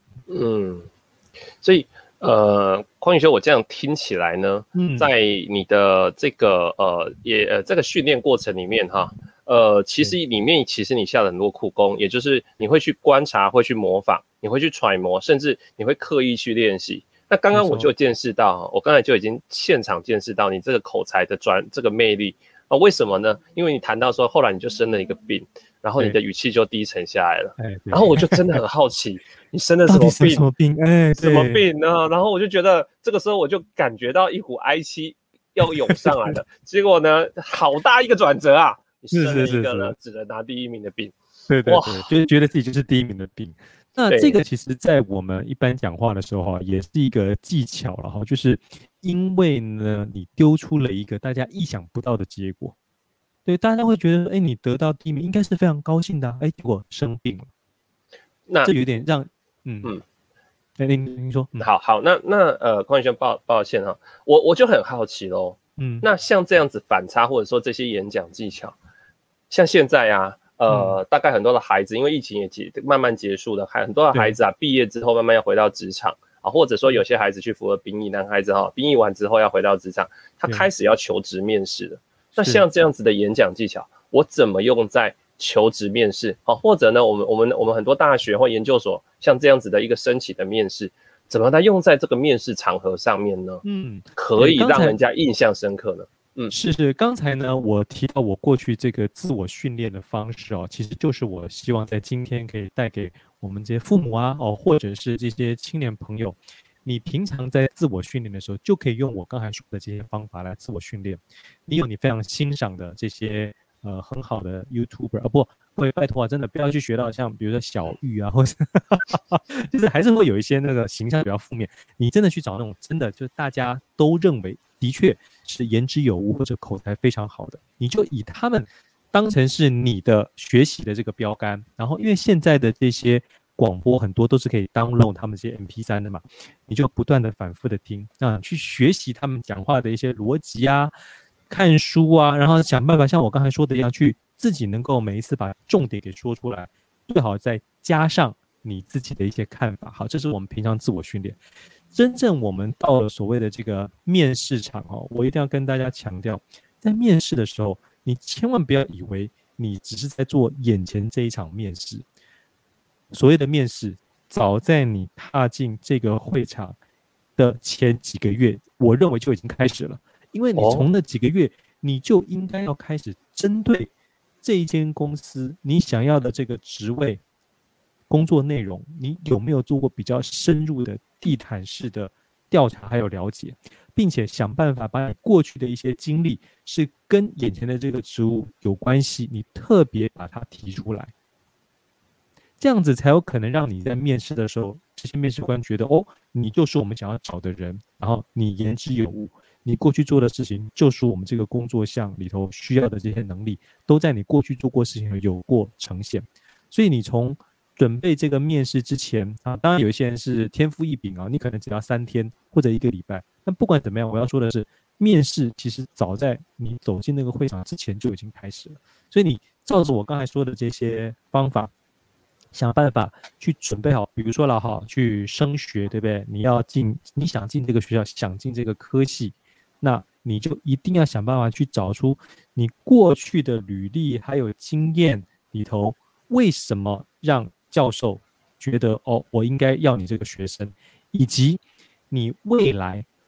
所以匡宇修，我这样听起来呢，在你的这个这个训练过程里面哈，其实里面其实你下了很多苦功，也就是你会去观察，会去模仿，你会去揣摩，甚至你会刻意去练习。那刚刚我就见识到，我刚才就已经现场见识到你这个口才的这个魅力啊！为什么呢？因为你谈到说后来你就生了一个病，然后你的语气就低沉下来了。然后我就真的很好奇，你生了什么病？ 什么病？ 什么病呢？然后我就觉得这个时候我就感觉到一股哀戚要涌上来了。结果呢，好大一个转折啊！你生了一个呢，只能拿第1名的病。 对，就是觉得自己就是第1名的病。那这个其实在我们一般讲话的时候也是一个技巧了哈，就是因为呢你丢出了一个大家意想不到的结果，对，大家会觉得你得到第1名应该是非常高兴的，结果生病了，那这有点让您说。 好，那匡宇轩抱歉哈，我就很好奇咯。那像这样子反差或者说这些演讲技巧，像现在啊。大概很多的孩子，因为疫情也慢慢结束了，很多的孩子啊，毕业之后慢慢要回到职场啊，或者说有些孩子去服了兵役，男孩子兵役完之后要回到职场，他开始要求职面试了。那像这样子的演讲技巧，我怎么用在求职面试啊？或者呢，我们很多大学或研究所像这样子的一个申请的面试，怎么来用在这个面试场合上面呢？可以让人家印象深刻呢？ 是刚才呢我提到我过去这个自我训练的方式其实就是我希望在今天可以带给我们这些父母啊或者是这些青年朋友，你平常在自我训练的时候就可以用我刚才说的这些方法来自我训练。你有你非常欣赏的这些很好的 YouTuber 不会拜托真的不要去学到像比如说小玉啊，或者就是还是会有一些那个形象比较负面，你真的去找那种真的就是大家都认为的确是言之有物或者口才非常好的，你就以他们当成是你的学习的这个标杆。然后因为现在的这些广播很多都是可以 download 他们这些 MP3 的嘛，你就不断的反复的听去学习他们讲话的一些逻辑啊，看书啊，然后想办法像我刚才说的一样，去自己能够每一次把重点给说出来，最好再加上你自己的一些看法。好，这是我们平常自我训练。真正我们到了所谓的这个面试场我一定要跟大家强调，在面试的时候，你千万不要以为你只是在做眼前这一场面试。所谓的面试，早在你踏进这个会场的前几个月，我认为就已经开始了。因为你从那几个月，你就应该要开始针对这一间公司你想要的这个职位、工作内容，你有没有做过比较深入的地毯式的调查还有了解，并且想办法把你过去的一些经历是跟眼前的这个职务有关系，你特别把它提出来，这样子才有可能让你在面试的时候，这些面试官觉得你就是我们想要找的人，然后你言之有物，你过去做的事情就是我们这个工作项里头需要的这些能力，都在你过去做过事情有过呈现。所以你从准备这个面试之前当然有一些人是天赋异禀你可能只要3天或者1个礼拜。但不管怎么样，我要说的是，面试其实早在你走进那个会场之前就已经开始了。所以你照着我刚才说的这些方法，想办法去准备好，比如说去升学，对不对？你想进这个学校，想进这个科系，那你就一定要想办法去找出你过去的履历还有经验里头，为什么让教授觉得我应该要你这个学生，以及你未来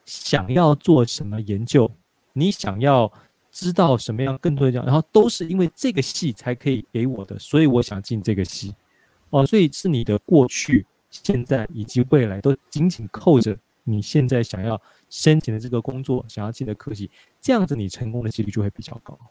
想要做什么研究，你想要知道什么样更多的讲，然后都是因为这个系才可以给我的，所以我想进这个系。所以是你的过去、现在以及未来都紧紧扣着你现在想要申请的这个工作，想要进的科系，这样子你成功的几率就会比较高。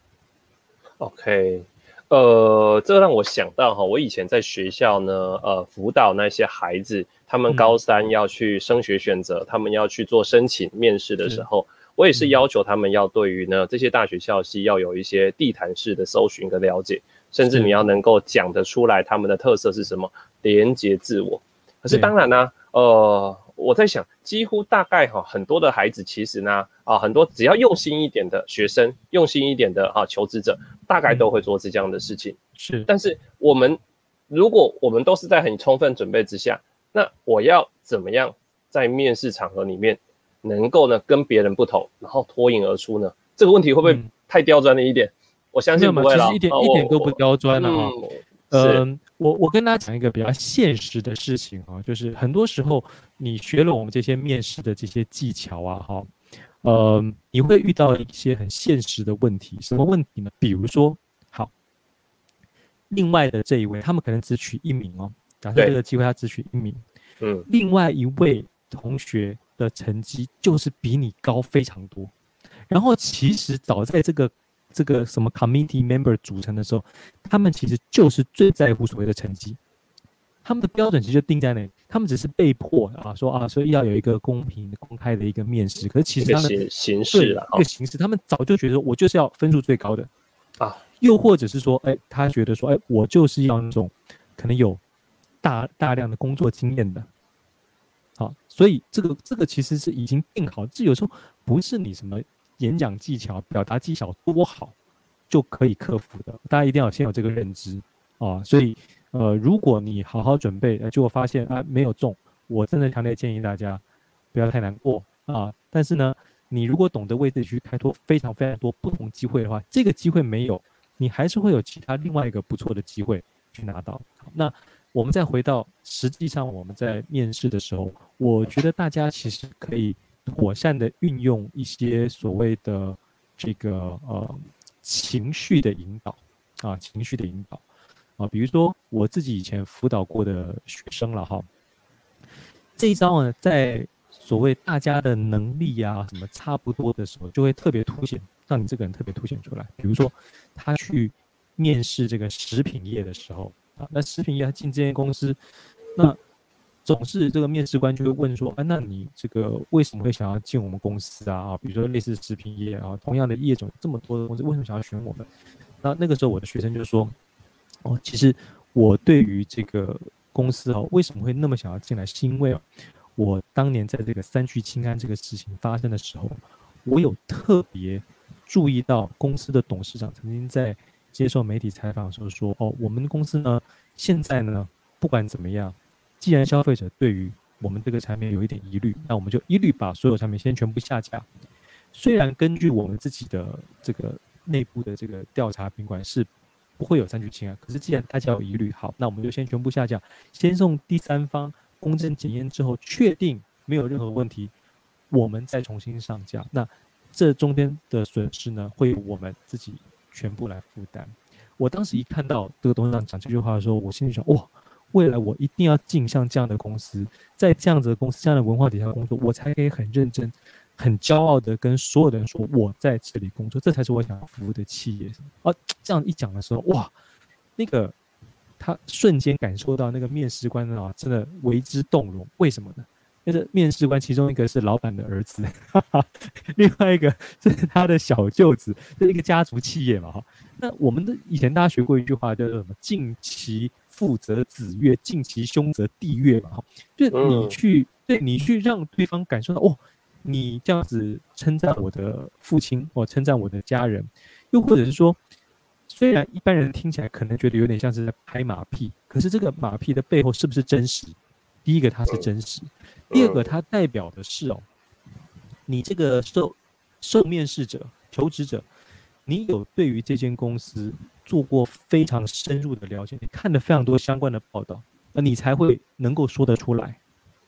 OK，这让我想到哈，我以前在学校呢，辅导那些孩子，他们高三要去升学选择，他们要去做申请面试的时候，我也是要求他们要对于呢这些大学校系要有一些地毯式的搜寻跟了解，甚至你要能够讲得出来他们的特色是什么，连结自我。可是当然呢，我在想，几乎大概很多的孩子其实呢，很多只要用心一点的学生，用心一点的求职者，大概都会做这样的事情。 是， 但是如果我们都是在很充分准备之下，那我要怎么样在面试场合里面能够呢跟别人不同，然后脱颖而出呢？这个问题会不会太刁钻了一点？我相信不会啦， 其实一点都不刁钻了哈。我跟大家讲一个比较现实的事情啊，就是很多时候你学了我们这些面试的这些技巧啊，你会遇到一些很现实的问题。什么问题呢？比如说，好，另外的这一位，他们可能只取1名哦。假设这个机会他只取1名，另外一位同学的成绩就是比你高非常多。然后其实早在这个什么 committee member 组成的时候，他们其实就是最在乎所谓的成绩，他们的标准其实就定在那里，他们只是被迫所以要有一个公平公开的一个面试，可是其实他们形式啦， 一个形式，他们早就觉得我就是要分数最高的啊，又或者是说，他觉得说，我就是要那种可能有大量的工作经验的，好，所以这个其实是已经定好，这有时候不是你什么演讲技巧、表达技巧多好就可以克服的，大家一定要先有这个认知啊。所以如果你好好准备，结果发现没有中，我真的强烈建议大家不要太难过啊。但是呢，你如果懂得为自己去开拓非常非常多不同机会的话，这个机会没有，你还是会有其他另外一个不错的机会去拿到。那我们再回到实际上我们在面试的时候，我觉得大家其实可以妥善的运用一些所谓的这个情绪的引导啊，情绪的引导啊，比如说我自己以前辅导过的学生了哈，这一招呢，在所谓大家的能力啊什么差不多的时候，就会特别凸显，让你这个人特别凸显出来。比如说他去面试这个食品业的时候啊，那食品业他进这间公司，那总是这个面试官就会问说，那你这个为什么会想要进我们公司啊？比如说类似食品业啊，同样的业种这么多的公司，为什么想要选我们？那个时候我的学生就说，其实我对于这个公司为什么会那么想要进来，是因为我当年在这个3聚氰胺这个事情发生的时候，我有特别注意到公司的董事长曾经在接受媒体采访的时候说，我们公司呢现在呢不管怎么样，既然消费者对于我们这个产品有一点疑虑，那我们就一律把所有产品先全部下架。虽然根据我们自己的这个内部的这个调查品管是不会有3聚氰胺，可是既然大家有疑虑，好，那我们就先全部下架，先送第三方公正检验之后，确定没有任何问题，我们再重新上架。那这中间的损失呢，会由我们自己全部来负担。我当时一看到这个董事长讲这句话的时候，我心里想，哇！未来我一定要进像这样的公司，在这样子的公司、这样的文化底下工作，我才可以很认真、很骄傲的跟所有的人说，我在这里工作，这才是我想要服务的企业。这样一讲的时候，哇，那个他瞬间感受到那个面试官真的为之动容。为什么呢？那个面试官其中一个是老板的儿子，另外一个是他的小舅子，这是一个家族企业嘛。那我们以前大家学过一句话叫做什么？近其父则子悦，近其兄则弟悦嘛。就是你去让对方感受到，你这样子称赞我的父亲，称赞我的家人，又或者是说，虽然一般人听起来可能觉得有点像是在拍马屁，可是这个马屁的背后是不是真实？第一个它是真实，第二个它代表的是你这个受面试者、求职者，你有对于这间公司做过非常深入的了解，你看了非常多相关的报道，你才会能够说得出来。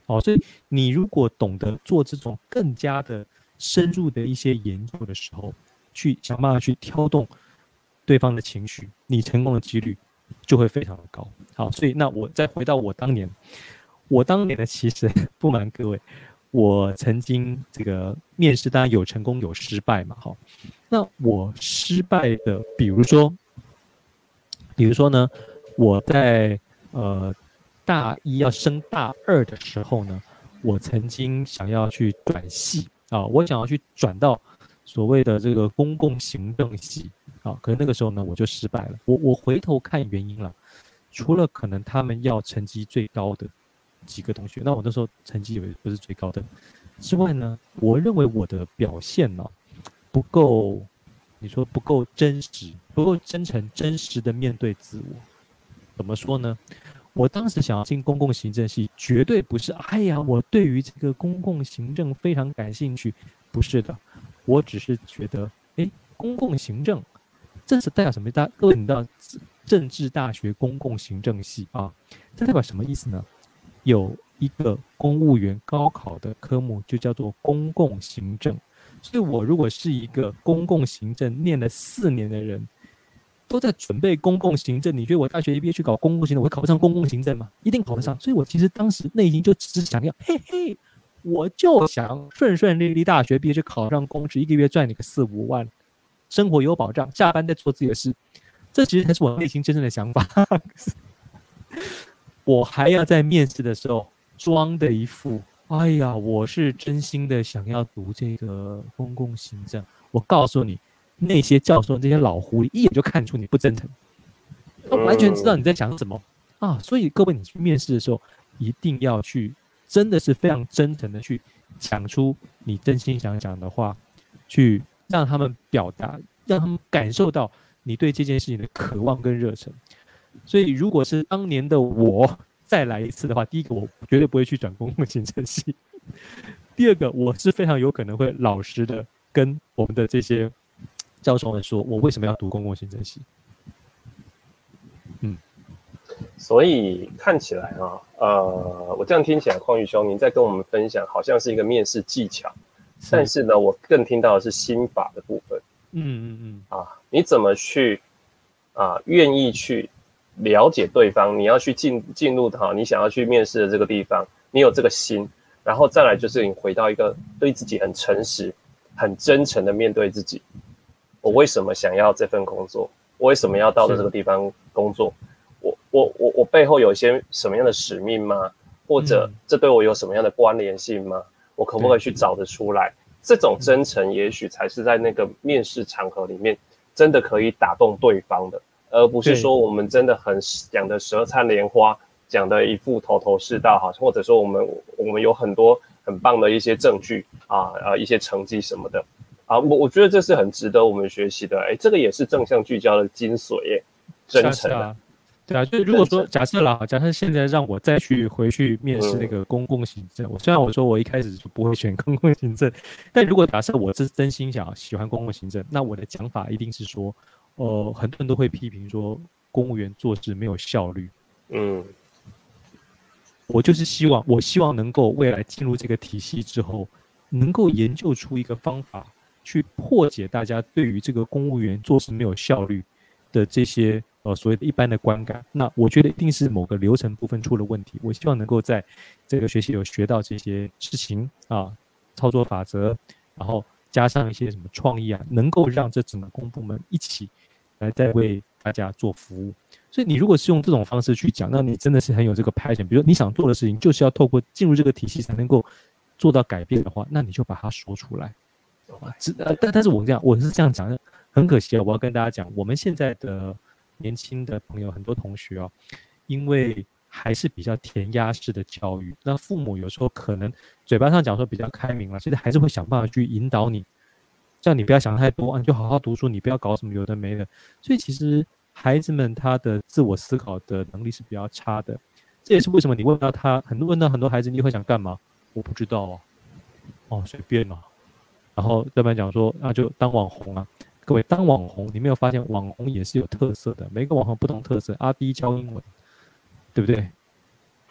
所以你如果懂得做这种更加的深入的一些研究的时候，去想办法去挑动对方的情绪，你成功的几率就会非常的高。好，所以那我再回到我当年的其实不瞒各位，我曾经这个面试当然有成功有失败嘛，好，那我失败的，比如说呢，我在大一要升大二的时候呢，我曾经想要去转系啊，我想要去转到所谓的这个公共行政系啊，可是那个时候呢，我就失败了。我回头看原因了，除了可能他们要成绩最高的几个同学，那我那时候成绩也不是最高的之外呢，我认为我的表现呢不够，你说不够真实，不够真诚、真实的面对自我。怎么说呢？我当时想要进公共行政系，绝对不是哎呀，我对于这个公共行政非常感兴趣，不是的，我只是觉得，公共行政这是代表什么？各位你知道政治大学公共行政系啊，这代表什么意思呢？有一个公务员高考的科目就叫做公共行政，所以我如果是一个公共行政念了4年的人，都在准备公共行政，你觉得我大学一毕业去搞公共行政，我会考不上公共行政吗？一定考得上。所以我其实当时内心就只是想要，我就想顺顺利利大学毕业去考上公职，一个月赚你个4、5万，生活有保障，下班再做自己的事。这其实才是我内心真正的想法。我还要在面试的时候装的一副，哎呀，我是真心的想要读这个公共行政。我告诉你，那些教授这些老狐狸一眼就看出你不真诚，他完全知道你在想什么啊！所以各位，你去面试的时候，一定要去，真的是非常真诚的去讲出你真心想讲的话，去让他们表达，让他们感受到你对这件事情的渴望跟热忱。所以，如果是当年的我再来一次的话，第一个我绝对不会去转公共行政系，第二个我是非常有可能会老实的跟我们的这些教授们说，我为什么要读公共行政系。 所以看起来啊，我这样听起来，匡宇兄您在跟我们分享，好像是一个面试技巧，但是呢，我更听到的是心法的部分。你怎么去愿意去了解对方？你要去进入你想要去面试的这个地方，你有这个心，然后再来就是你回到一个对自己很诚实、很真诚的面对自己。我为什么想要这份工作？我为什么要到这个地方工作？我背后有一些什么样的使命吗？或者这对我有什么样的关联性吗？我可不可以去找得出来？这种真诚也许才是在那个面试场合里面真的可以打动对方的，而不是说我们真的很讲的舌灿莲花，讲的一副头头是道，或者说我们有很多很棒的一些证据一些成绩什么的我觉得这是很值得我们学习的。这个也是正向聚焦的精髓耶，真诚对啊，就如果说假设现在让我再回去面试那个公共行政，虽然我说我一开始就不会选公共行政，但如果假设我是真心喜欢公共行政，那我的讲法一定是说，很多人都会批评说公务员做事没有效率。我就是希望能够未来进入这个体系之后，能够研究出一个方法，去破解大家对于这个公务员做事没有效率的这些所谓的一般的观感。那我觉得一定是某个流程部分出了问题。我希望能够在这个学习有学到这些事情操作法则，然后加上一些什么创意能够让这整个公部门一起来再为大家做服务。所以你如果是用这种方式去讲，那你真的是很有这个 passion。比如你想做的事情就是要透过进入这个体系才能够做到改变的话，那你就把它说出来。但是我是这样讲的，很可惜我要跟大家讲，我们现在的年轻的朋友，很多同学因为还是比较填鸭式的教育，那父母有时候可能嘴巴上讲说比较开明了，其实还是会想办法去引导你，叫你不要想太多你就好好读书，你不要搞什么有的没的。所以其实孩子们他的自我思考的能力是比较差的，这也是为什么你问到很多孩子你会想干嘛？我不知道随便然后要不然讲说就当网红各位当网红，你没有发现网红也是有特色的，每个网红不同特色。阿 B 教英文，对不对？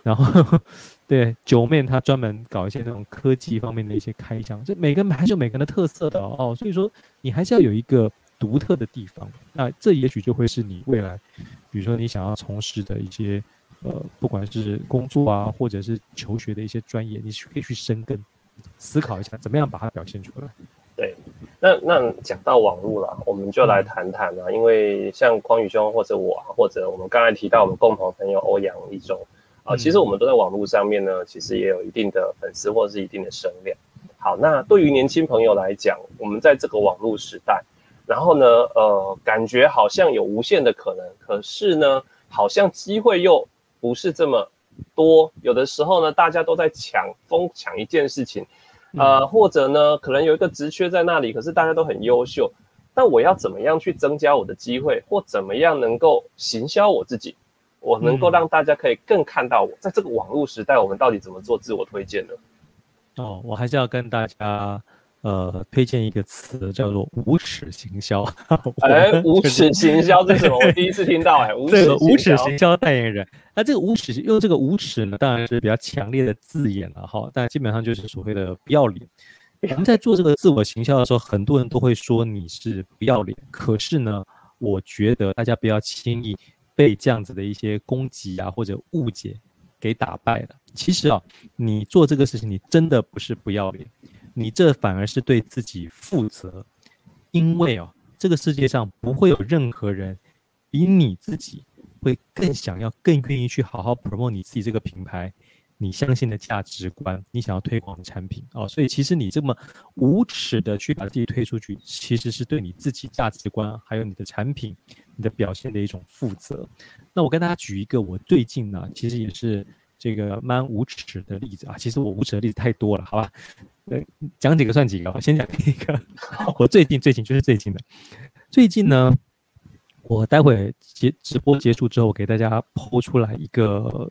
然后对九妹她专门搞一些那种科技方面的一些开箱，这每个人还是有每个人的特色的哦，所以说你还是要有一个独特的地方，那这也许就会是你未来，比如说你想要从事的一些不管是工作啊，或者是求学的一些专业，你可以去深耕，思考一下怎么样把它表现出来。 对，那讲到网络啦，我们就来谈谈啊，因为像匡宇兄或者我啊，或者我们刚才提到我们共同朋友欧阳立中啊，其实我们都在网络上面呢，其实也有一定的粉丝或者是一定的声量。好，那对于年轻朋友来讲，我们在这个网络时代，然后呢，感觉好像有无限的可能，可是呢，好像机会又不是这么多，有的时候呢，大家都在疯抢一件事情。或者呢，可能有一个职缺在那里，可是大家都很优秀，但我要怎么样去增加我的机会，或怎么样能够行销我自己，我能够让大家可以更看到我，在这个网络时代，我们到底怎么做自我推荐呢？ 哦，我还是要跟大家推荐一个词，叫做无耻行销。 无耻行销是什么？我第一次听到无耻行销代言人。那这个无耻用这个无耻呢，当然是比较强烈的字眼了哈，但基本上就是所谓的不要脸。我们在做这个自我行销的时候，很多人都会说你是不要脸，可是呢，我觉得大家不要轻易被这样子的一些攻击啊或者误解给打败了。其实啊，你做这个事情，你真的不是不要脸。你这反而是对自己负责，因为这个世界上不会有任何人比你自己会更想要、更愿意去好好 promote 你自己这个品牌，你相信的价值观，你想要推广的产品所以其实你这么无耻的去把自己推出去，其实是对你自己价值观还有你的产品、你的表现的一种负责。那我跟大家举一个我最近呢，其实也是这个蛮无耻的例子啊。其实我无耻的例子太多了，好吧？讲几个算几个，我先讲第一个。我最近就是最近的，最近呢，我待会直播结束之后，给大家抛出来一个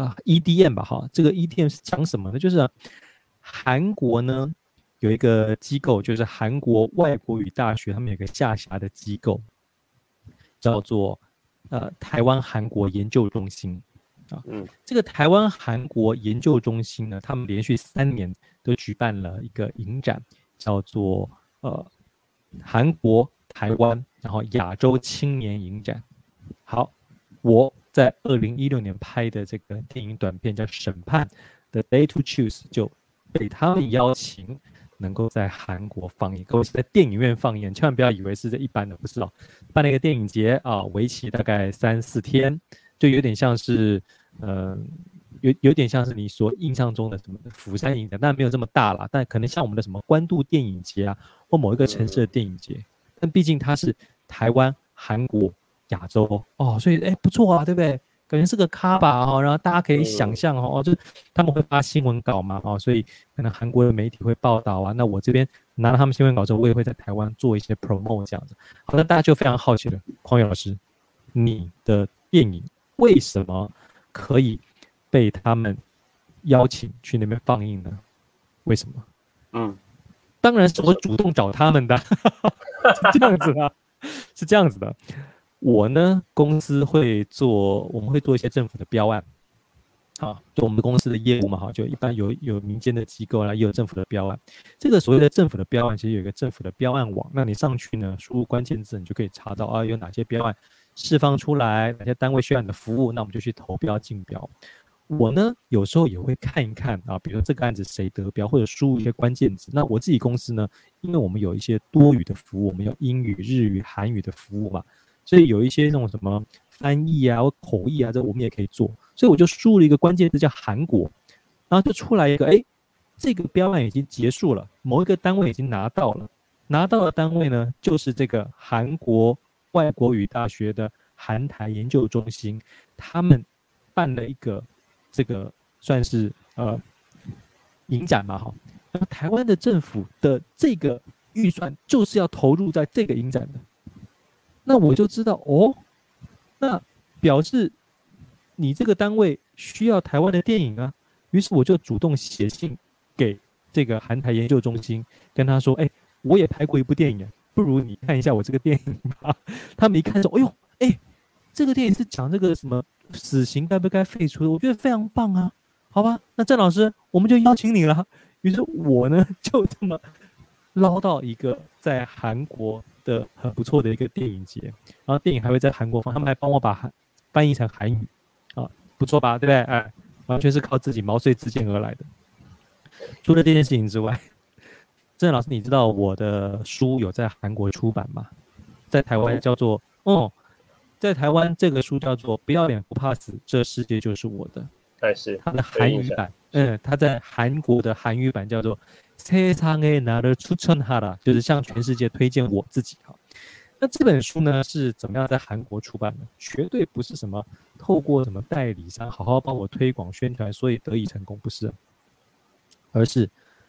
EDM 吧，哈，这个 EDM 是讲什么呢？就是韩国呢有一个机构，就是韩国外国语大学，他们有一个下辖的机构，叫做台湾韩国研究中心。这个台湾韩国研究中心呢，他们连续3年都举办了一个影展，叫做韩国台湾然后亚洲青年影展。好，我在2016年拍的这个电影短片叫《审判》的 Day to Choose 就被他们邀请，能够在韩国放映，各位是在电影院放映，千万不要以为是这一般的，不是办了一个电影节啊，为期大概3-4天，就有点像是有点像是你所印象中的什么釜山影展，当然没有这么大啦，但可能像我们的什么关渡电影节啊，或某一个城市的电影节，但毕竟它是台湾、韩国、亚洲所以不错啊，对不对？感觉是个咖吧然后大家可以想象就他们会发新闻稿嘛所以可能韩国的媒体会报道啊，那我这边拿了他们新闻稿之后，我也会在台湾做一些 promote 这样子。好，那大家就非常好奇了，匡宇老师，你的电影为什么可以被他们邀请去那边放映呢？为什么？当然是我主动找他们的，是这样子的，是这样子的。我呢，公司我们会做一些政府的标案，就我们公司的业务嘛，就一般有民间的机构啦，也有政府的标案。这个所谓的政府的标案，其实有一个政府的标案网，那你上去呢，输入关键字，你就可以查到有哪些标案释放出来，哪些单位需要你的服务，那我们就去投标竞标。我呢，有时候也会看一看比如说这个案子谁得标，或者输入一些关键字。那我自己公司呢，因为我们有一些多语的服务，我们有英语、日语、韩语的服务嘛，所以有一些那种什么翻译啊或口译啊，这我们也可以做。所以我就输入了一个关键字叫韩国，然后就出来一个这个标案已经结束了，某一个单位已经拿到了，拿到的单位呢就是这个韩国外国语大学的韩台研究中心，他们办了一个这个算是影展嘛那么台湾的政府的这个预算就是要投入在这个影展的，那我就知道那表示你这个单位需要台湾的电影啊，于是我就主动写信给这个韩台研究中心，跟他说我也拍过一部电影不如你看一下我这个电影吧。他们一看说这个电影是讲这个什么死刑该不该废除？我觉得非常棒啊，好吧，那郑老师我们就邀请你了。于是我呢就这么捞到一个在韩国的很不错的一个电影节，然后电影还会在韩国放，他们还帮我把翻译成韩语啊，不错吧？对不对？哎，完全是靠自己毛遂自荐而来的。除了这件事情之外，郑老师，你知道我的书有在韩国出版吗？在台湾叫做在台湾这个书叫做《不要脸不怕死，这世界就是我的》。 是它的韩语版，它在韩国的韩语版叫做세상에나를추천하라，就是向全世界推荐我自己。那这本书呢是怎么样在韩国出版的？绝对不是什么透过什么代理商好好帮我推广宣传，所以得以成功，不是，而是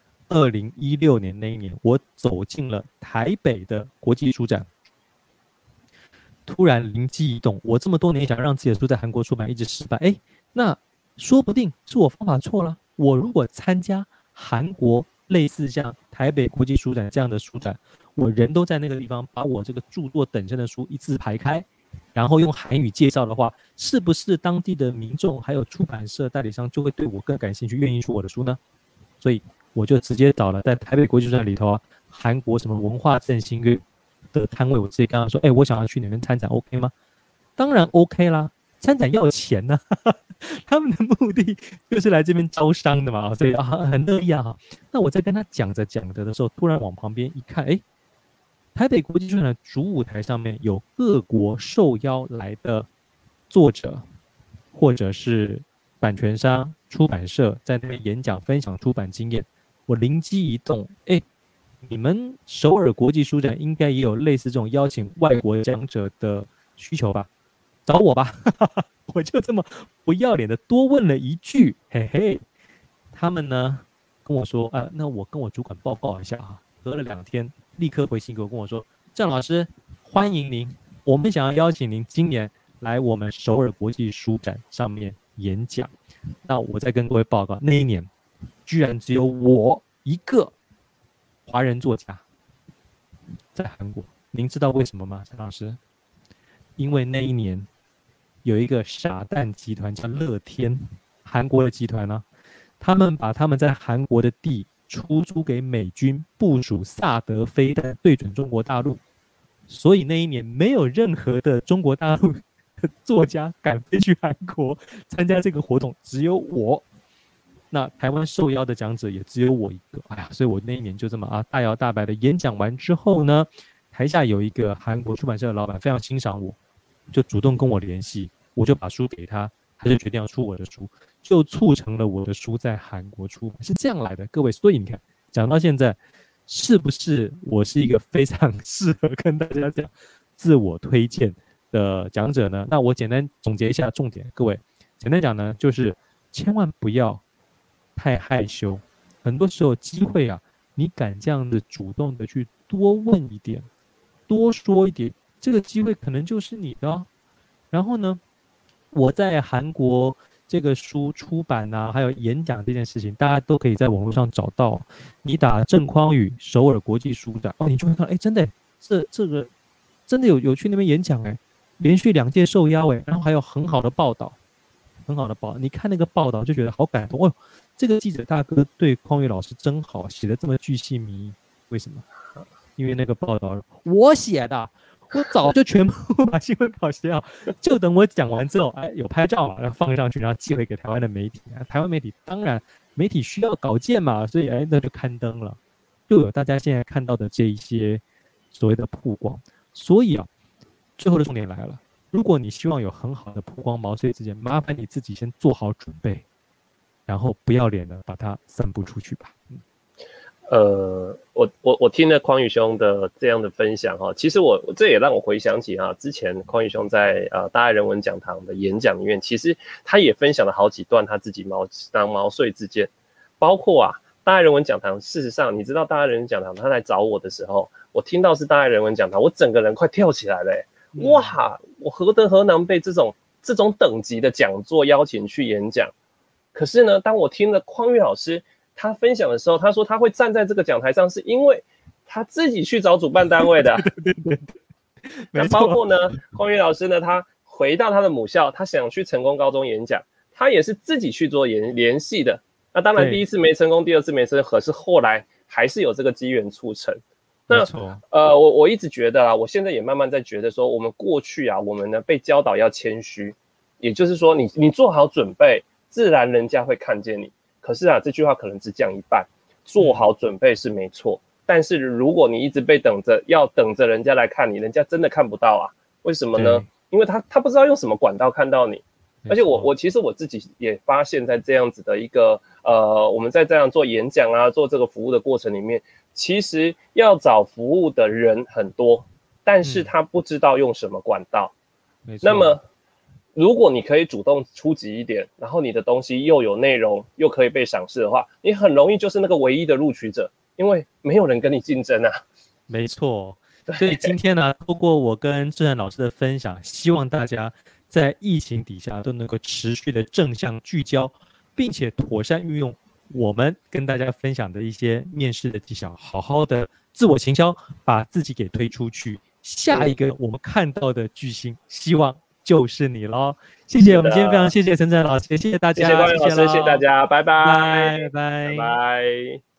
2016年那一年，我走进了台北的国际书展，突然灵机一动，我这么多年想让自己的书在韩国出版，一直失败，那说不定是我方法错了。我如果参加韩国类似像台北国际书展这样的书展，我人都在那个地方，把我这个著作等身的书一字排开，然后用韩语介绍的话，是不是当地的民众还有出版社代理商就会对我更感兴趣，愿意出我的书呢？所以我就直接找了在台北国际书展里头韩国什么文化振兴月的摊位，我直接跟他说，我想要去你们参展 ，OK 吗？当然 OK 啦，参展要钱呢、他们的目的就是来这边招商的嘛，所以很乐意啊。那我在跟他讲着的时候，突然往旁边一看，台北国际书展的主舞台上面有各国受邀来的作者，或者是版权商、出版社在那边演讲分享出版经验。我灵机一动，你们首尔国际书展应该也有类似这种邀请外国讲者的需求吧？找我吧。我就这么不要脸的多问了一句，嘿嘿，他们呢跟我说，那我跟我主管报告一下啊。隔了2天，立刻回信给我，跟我说，郑老师，欢迎您，我们想要邀请您今年来我们首尔国际书展上面演讲。那我再跟各位报告，那一年居然只有我一个华人作家在韩国。您知道为什么吗，郑老师？因为那一年有一个傻蛋集团叫乐天，韩国的集团呢，他们把他们在韩国的地出租给美军部署萨德飞弹，对准中国大陆。所以那一年没有任何的中国大陆的作家敢飞去韩国参加这个活动，只有我。那台湾受邀的讲者也只有我一个。所以我那一年就这么大摇大摆的演讲完之后呢，台下有一个韩国出版社的老板非常欣赏我，就主动跟我联系，我就把书给他，他就决定要出我的书，就促成了我的书在韩国出版，是这样来的，各位。所以你看，讲到现在，是不是我是一个非常适合跟大家讲自我推荐的讲者呢？那我简单总结一下重点，各位，简单讲呢，就是千万不要太害羞，很多时候机会你敢这样子主动的去多问一点，多说一点，这个机会可能就是你的。然后呢，我在韩国这个书出版还有演讲这件事情，大家都可以在网络上找到。你打郑匡宇首尔国际书展，你就会看到，真的，这个真的有去那边演讲，连续2届受邀，然后还有很好的报道，很好的报道。你看那个报道就觉得好感动，这个记者大哥对匡宇老师真好，写的这么巨细靡遗。为什么？因为那个报道我写的。我早就全部把新闻稿写好，就等我讲完之后，有拍照嘛，然后放上去，然后寄回给台湾的媒体。台湾媒体当然媒体需要稿件嘛，所以那就刊登了，就有大家现在看到的这一些所谓的曝光。所以最后的重点来了，如果你希望有很好的曝光毛遂自荐，麻烦你自己先做好准备，然后不要脸的把它散布出去吧。 我听了匡宇兄的这样的分享其实这也让我回想起之前匡宇兄在大爱人文讲堂的演讲里面，其实他也分享了好几段他自己毛遂自荐，包括大爱人文讲堂。事实上，你知道大爱人文讲堂他来找我的时候，我听到是大爱人文讲堂，我整个人快跳起来了哇！我何德何能被这种等级的讲座邀请去演讲？可是呢，当我听了匡宇老师他分享的时候，他说他会站在这个讲台上，是因为他自己去找主办单位的。那包括呢，匡宇老师呢，他回到他的母校，他想去成功高中演讲，他也是自己去做联系的。那当然第一次没成功，第二次没成功，可是后来还是有这个机缘促成。那我一直觉得啊，我现在也慢慢在觉得说，我们过去啊，我们呢被教导要谦虚，也就是说你做好准备，自然人家会看见你。可是啊，这句话可能只讲一半，做好准备是没错，但是如果你一直被等着人家来看你，人家真的看不到啊。为什么呢？因为他不知道用什么管道看到你。而且其实我自己也发现，在这样子的一个我们在这样做演讲啊，做这个服务的过程里面，其实要找服务的人很多，但是他不知道用什么管道。那么如果你可以主动出击一点，然后你的东西又有内容，又可以被赏识的话，你很容易就是那个唯一的录取者，因为没有人跟你竞争啊。 没错。所以今天呢，透过我跟志恒老师的分享，希望大家在疫情底下都能够持续的正向聚焦，并且妥善运用我们跟大家分享的一些面试的技巧，好好的自我行销，把自己给推出去。下一个我们看到的巨星，希望就是你咯。谢谢，我们今天非常谢谢陈志恒老师，谢谢大家， 谢谢光宇老师，谢谢大家，拜拜， 拜拜， 拜拜。